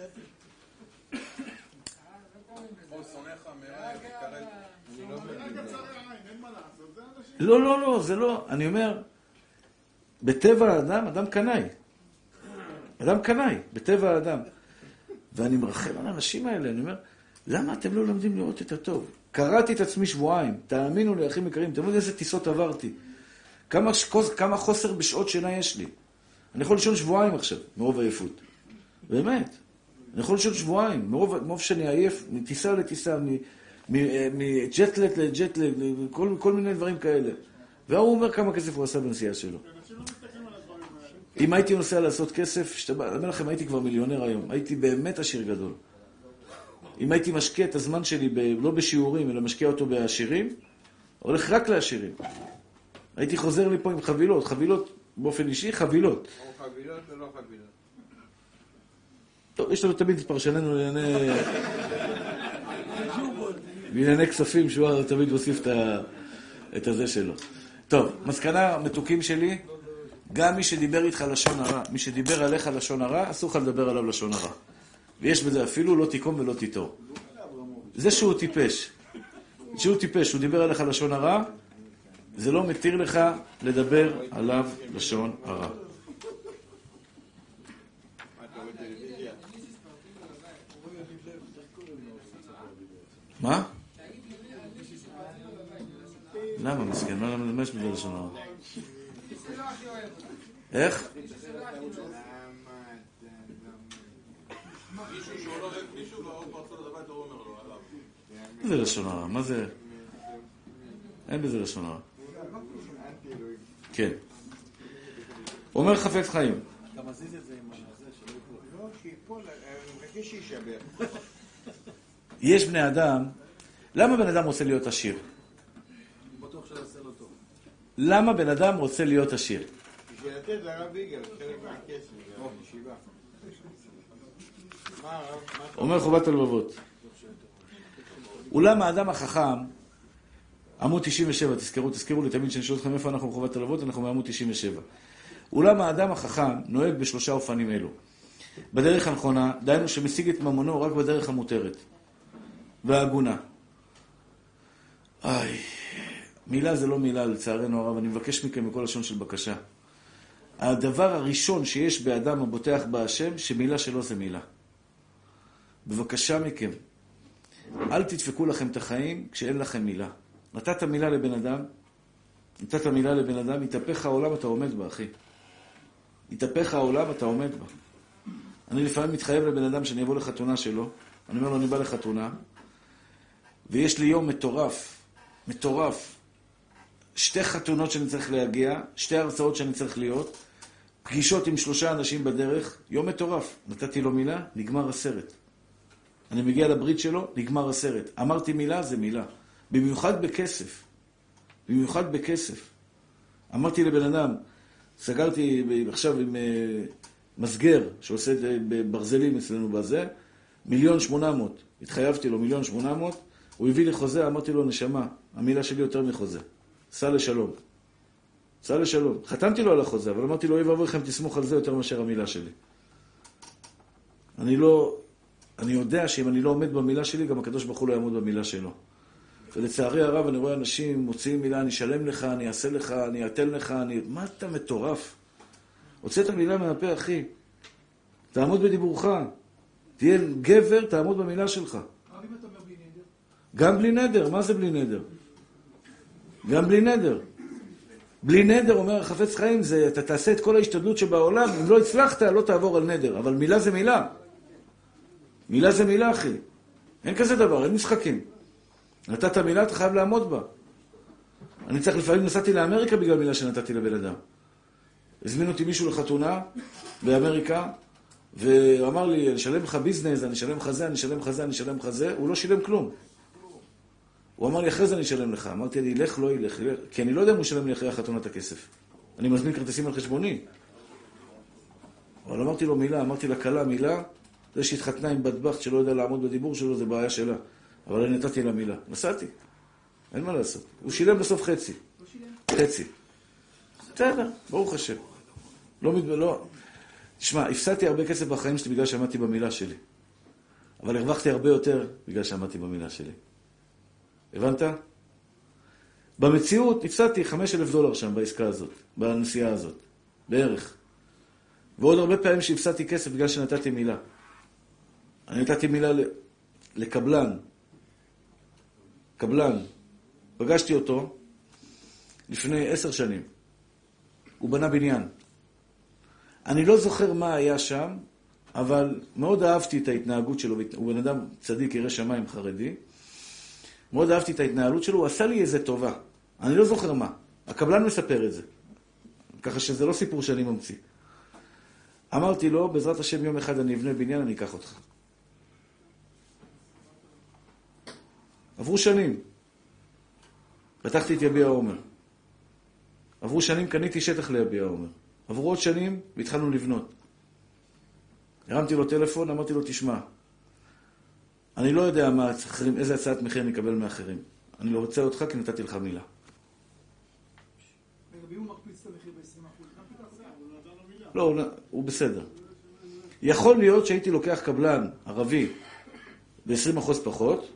לא, לא, לא, זה לא. אני אומר, בטבע האדם, אדם קנאי. אדם קנאי, בטבע האדם. ואני מרחם על האנשים האלה, אני אומר, למה אתם לא לומדים לראות את הטוב? קראתי את עצמי שבועיים, תאמינו לי, אחים יקרים, תאמינו לי איזה טיסות עברתי. כמה, כמה חוסר בשעות שינה יש לי. אני יכול לישון שבועיים עכשיו, מרוב עייפות. באמת. אני יכול לישון שבועיים, מרוב, מרוב שאני עייף, מטיסה לטיסה, מג'טלט לג'טלט, כל, כל מיני דברים כאלה. והוא אומר כמה כסף הוא עשה בנסיעה שלו. אם הייתי נוסע לעשות כסף, שתבא, אני אומר לכם, הייתי כבר מיליונר היום. הייתי באמת עשיר גדול. אם הייתי משקיע את הזמן שלי, ב, לא בשיעורים, אלא משקיע אותו בעשירים, הולך רק לעשירים. הייתי חוזר לי פה עם חבילות, חבילות באופן אישי, חבילות. או חבילות ולא חבילות. טוב, יש לנו תמיד פרשננו לענייני... בענייני כספים, שהוא תמיד מוסיף את הזה שלו. טוב, מסקנה מתוקים שלי, גם מי שדיבר איתך לשון הרע, מי שדיבר עליך לשון הרע, אסור לך לדבר עליו לשון הרע. ויש בזה אפילו לא תיקום ולא תיטור. זה שהוא טיפש. שהוא טיפש, הוא דיבר עליך לשון הרע, זה לא מתיר לך לדבר עליו לשון הרע. מה? למה מסכן? מה למה למש בזה לשון הרע? איך? זה לשון הרע, מה זה? אין בזה לשון הרע. כן. אומר חפץ חיים. אתה מזיז את זה עם הזה שלא ייפול. לא, שיפול, אני מבקש שישבר. יש בני אדם, למה בן אדם רוצה להיות עשיר? בטוח שעשה לו טוב. למה בן אדם רוצה להיות עשיר? בשביל לתת לרב יגאל, חלק מהכסף, זה ישיבה. אומר חובת הלבבות. אולם האדם החכם, עמוד תשעים ושבע, תזכרו, תזכרו לי תמיד שאני שואל אתכם איפה אנחנו בחובת הלבבות, אנחנו בעמוד תשעים ושבע. אולם האדם החכם נוהג בשלושה אופנים אלו. בדרך הנכונה, דהיינו שמשיג את ממונו רק בדרך המותרת. וההגונה. איי, מילה זה לא מילה, לצערנו הרב, אני מבקש מכם מכל לשון של בקשה. הדבר הראשון שיש באדם הבוטח בהשם, שמילה שלו זה מילה. בבקשה מכם, אל תדפקו לכם את החיים כשאין לכם מילה. נתת מילה לבן אדם, נתת מילה לבן אדם, יתהפך העולם, אתה עומד בה, אחי. יתהפך העולם, אתה עומד בה. אני לפעמים מתחייב לבן אדם שאני אבוא לחתונה שלו, אני אומר לו, אני בא לחתונה, ויש לי יום מטורף, מטורף. שתי חתונות שאני צריך להגיע, שתי הרצאות שאני צריך להיות, פגישות עם שלושה אנשים בדרך, יום מטורף. נתתי לו מילה, נגמר הסרט. אני מגיע לברית שלו, נגמר הסרט. אמרתי מילה, זה מילה. במיוחד בכסף. במיוחד בכסף. אמרתי לבן אדם, סגרתי עכשיו עם מסגר, שעושה ברזלים אצלנו בזה, מיליון שמונה מאות. התחייבתי לו מיליון שמונה מאות, הוא הביא לי חוזה, אמרתי לו, נשמה, המילה שלי יותר מחוזה. סע לשלום. סע לשלום. חתמתי לו על החוזה, אבל אמרתי לו, אוי ואבוי לכם, תסמוך על זה יותר מאשר המילה שלי. אני לא, אני יודע שאם אני לא עומד במילה שלי, גם הקדוש ברוך הוא לא יעמוד במילה שלו. ולצערי הרב אני רואה אנשים מוציאים מילה, אני אשלם לך, אני אעשה לך, אני אתן לך, אני... מה אתה מטורף? הוצאת מילה מהפה, אחי. תעמוד בדיבורך. תהיה גבר, תעמוד במילה שלך. אבל אם אתה אומר בלי נדר? גם בלי נדר. מה זה בלי נדר? גם בלי נדר. בלי נדר, אומר חפץ חיים, זה, אתה תעשה את כל ההשתדלות שבעולם, אם לא הצלחת, לא תעבור על נדר. אבל מילה זה מילה. מילה זה מילה, אחי. אין כזה דבר, אין משחקים. נתת מילה, אתה חייב לעמוד בה. אני צריך, לפעמים נסעתי לאמריקה בגלל מילה שנתתי לבן אדם. הזמין אותי מישהו לחתונה באמריקה, ואמר לי, אני אשלם לך ביזנס, אני אשלם לך זה, אני אשלם לך זה, אני אשלם לך זה. הוא לא שילם כלום. הוא אמר לי, אחרי זה אני אשלם לך. אמרתי, אני אלך, לא ילך, ילך. כי אני לא יודע אם הוא שלם לי אחרי החתונה את הכסף. אני מזמין כרטיסים על חשבוני. אבל אמרתי לו מילה, אמרתי לכלה מילה, זה שהתחתנה עם בת בכת שלא יודע לעמוד בדיבור שלו, זה בעיה שלה. אבל אני נתתי לה מילה. נסעתי. אין מה לעשות. הוא שילם בסוף חצי. לא שילם? חצי. בסדר, ברוך השם. לא מתב... לא... תשמע, הפסדתי הרבה כסף בחיים שלי בגלל שעמדתי במילה שלי. אבל הרווחתי הרבה יותר בגלל שעמדתי במילה שלי. הבנת? במציאות הפסדתי חמישה אלף דולר שם בעסקה הזאת, בנסיעה הזאת. בערך. ועוד הרבה פעמים שהפסדתי כסף בגלל שנתתי מילה. אני נתתי מילה לקבלן. קבלן. פגשתי אותו לפני עשר שנים. הוא בנה בניין. אני לא זוכר מה היה שם, אבל מאוד אהבתי את ההתנהגות שלו. הוא בן אדם צדיק, ירא שמיים חרדי. מאוד אהבתי את ההתנהלות שלו. הוא עשה לי איזה טובה. אני לא זוכר מה. הקבלן מספר את זה. ככה שזה לא סיפור שאני ממציא. אמרתי לו, בעזרת השם יום אחד אני אבנה בניין, אני אקח אותך. עברו שנים. פתחתי את יביע העומר. עברו שנים, קניתי שטח ליביע העומר. עברו עוד שנים, והתחלנו לבנות. הרמתי לו טלפון, אמרתי לו, תשמע, אני לא יודע מה, איזה הצעת מחיר נקבל מאחרים. אני לא רוצה אותך כי נתתי לך מילה. לגבי הוא מקפיץ את המחיר ב-עשרים אחוז. לא, הוא בסדר. יכול להיות שהייתי לוקח קבלן ערבי ב-עשרים אחוז פחות,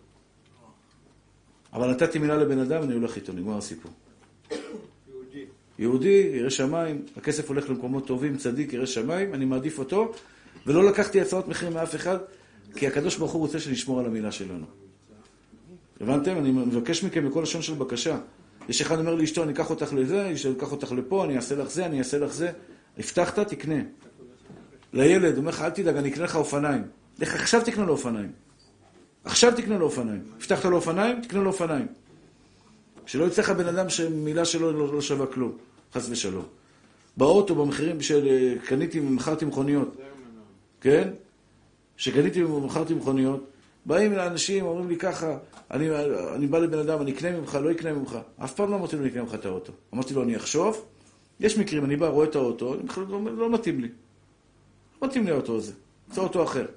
אבל נתתי מילה לבן אדם, אני הולך איתו, נגמר הסיפור. יהודי. יהודי, ירא שמיים, הכסף הולך למקומות טובים, צדיק, ירא שמיים, אני מעדיף אותו, ולא לקחתי הצעות מחיר מאף אחד, כי הקדוש ברוך הוא רוצה שנשמור על המילה שלנו. הבנתם? אני מבקש מכם בכל לשון של בקשה. יש אחד אומר לי, אשתו, אני אקח אותך לזה, יש אקח אותך לפה, אני אעשה לך זה, אני אעשה לך זה. הבטחת, תקנה. לילד, אומר לך, אל תדאג, אני אקנה לך אופניים. לך, עכשיו תקנה לו אופניים. עכשיו תקנה לו אופניים. הבטחת לו אופניים, תקנה לו אופניים. שלא יצא לך בן אדם שמילה שלו לא, לא שווה כלום. חס ושלום. באוטו, במחירים של קניתי ומכרתי מכוניות. כן? שקניתי ומכרתי מכוניות, באים לאנשים, אומרים לי ככה, אני, אני בא לבן אדם, אני אקנה ממך, לא אקנה ממך. אף פעם לא אמרתי לו, אני אקנה ממך את האוטו. אמרתי לו, אני אחשוב, יש מקרים, אני בא, רואה את האוטו, אני בכלל לא, לא מתאים לי. לא מתאים לי האוטו הזה. זה אוטו אחר.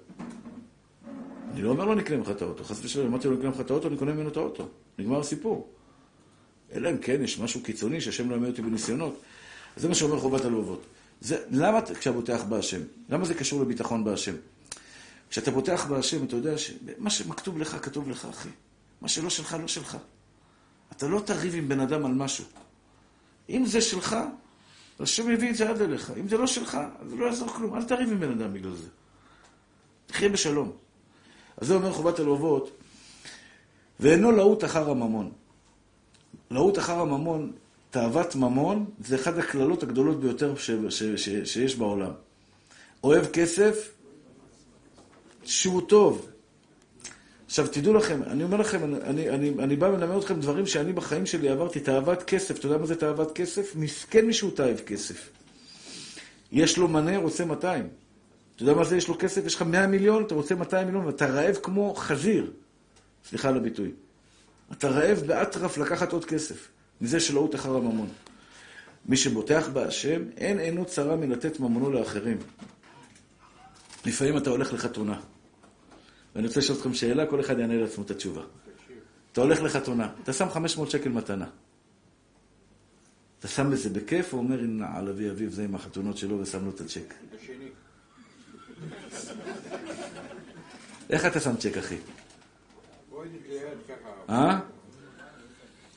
אני לא אומר לו, אני אקנה ממך את האוטו. חס ושלום, אמרתי לו, אני אקנה ממך את האוטו, אני קונה ממנו את האוטו. נגמר הסיפור. אלא אם כן, יש משהו קיצוני שהשם לא ימד אותי בניסיונות. אז זה מה שאומר חובת הלבבות. זה, למה כשאתה פותח בהשם? למה זה קשור לביטחון בהשם? כשאתה פותח בהשם, אתה יודע שמה שמכתוב לך, כתוב לך, אחי. מה שלא שלך, לא שלך. אתה לא תריב עם בן אדם על משהו. אם זה שלך, השם יביא את זה עד אליך. אם זה לא שלך, אז לא יעזור כלום. אל תריב עם בן אדם בגלל זה. תחיה בשלום. אז זה אומר חובת הלבבות, ואינו להוט אחר הממון. להוט אחר הממון, תאוות ממון, זה אחד הכללות הגדולות ביותר ש- ש- ש- שיש בעולם. אוהב כסף, שהוא טוב. עכשיו, תדעו לכם, אני אומר לכם, אני, אני, אני בא ולמד אתכם דברים שאני בחיים שלי עברתי, תאוות כסף. אתה יודע מה זה תאוות כסף? מסכן מישהו תאהב כסף. יש לו מנה, רוצה מאתיים. אתה יודע מה זה? יש לו כסף, יש לך מאה מיליון, אתה רוצה מאתיים מיליון, ואתה רעב כמו חזיר. סליחה על הביטוי. אתה רעב באטרף לקחת עוד כסף. מזה שלהות אחר הממון. מי שבוטח בהשם, אין אינו צרה מלתת ממונו לאחרים. לפעמים אתה הולך לחתונה. ואני רוצה לשאול אתכם שאלה, כל אחד יענה לעצמו את התשובה. אתה הולך לחתונה, אתה שם חמש מאות שקל מתנה. אתה שם בזה בכיף, הוא אומר, הנה, על אבי אביו, זה עם החתונות שלו, ושם לו את הצ'ק. השני. איך אתה שם צ'ק, אחי? בואי נתליד ככה. אה?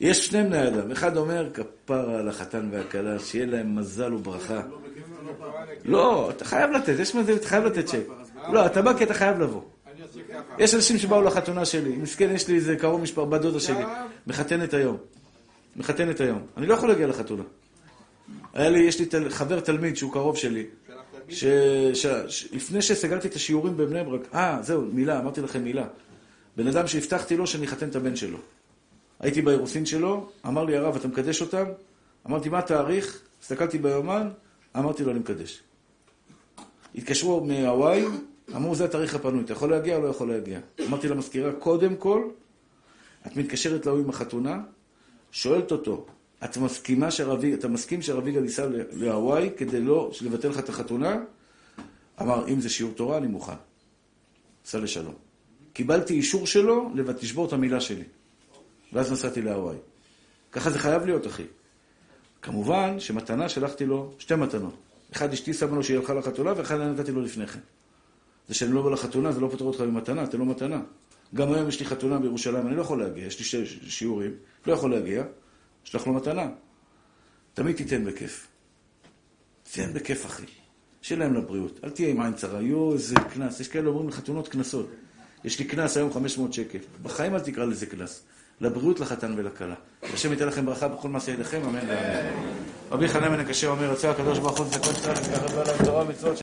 יש שני בני אדם, אחד אומר כפרה על החתן והכלה, שיהיה להם מזל וברכה. לא, אתה חייב לתת, יש מזה, אתה חייב לתת צ'ק. לא, אתה בא כי אתה חייב לבוא. יש אנשים שבאו לחתונה שלי, מסכן, יש לי איזה קרוב משפחה, בת דודה שלי, מחתנת היום. מחתנת היום. אני לא יכול להגיע לחתונה. היה לי, יש לי תל, חבר תלמיד שהוא קרוב שלי, ש, ש, ש, לפני שסגרתי את השיעורים בבני ברק, אה, זהו, מילה, אמרתי לכם מילה. בן אדם שהבטחתי לו שאני אחתן את הבן שלו. הייתי באירוסין שלו, אמר לי, הרב, אתה מקדש אותם? אמרתי, מה התאריך? הסתכלתי ביומן, אמרתי לו, אני מקדש. התקשרו מהוואי, אמרו, זה התאריך הפנוי, אתה יכול להגיע או לא יכול להגיע? אמרתי למזכירה, קודם כל, את מתקשרת להוא עם החתונה, שואלת אותו, את מסכימה שרבי, אתה מסכים שרבי גל ייסע להוואי כדי לא לבטל לך את החתונה? אמר, אם זה שיעור תורה, אני מוכן. סע לשלום. קיבלתי אישור שלו לשבור את המילה שלי. ואז נסעתי להוואי. ככה זה חייב להיות, אחי. כמובן שמתנה שלחתי לו שתי מתנות. אחד אשתי שמה לו שהיא הלכה לחתונה, ואחד אני נתתי לו לפני כן. זה שאני לא בא לחתונה, זה לא פותר אותך במתנה, אתה לא מתנה. גם היום יש לי חתונה בירושלים, אני לא יכול להגיע, יש לי שי, שיעורים, לא יכול להגיע, שלח לו מתנה. תמיד תיתן בכיף. תיתן בכיף, אחי. שיהיה להם לבריאות. אל תהיה עם עין צרה, יו, איזה כנס. יש כאלה אומרים לחתונות כנסות. יש לי כנס היום חמש מאות שקל. בחיים אל תקרא לזה כנס. לבריאות לחתן ולכלה. השם ייתן לכם ברכה בכל מעשה ידיכם, אמן ואמן. רבי חנן בן הקשה אומר, רצה הקדוש ברוך הוא לזכות צה"ל, ותקרב עליו תורה ומצוות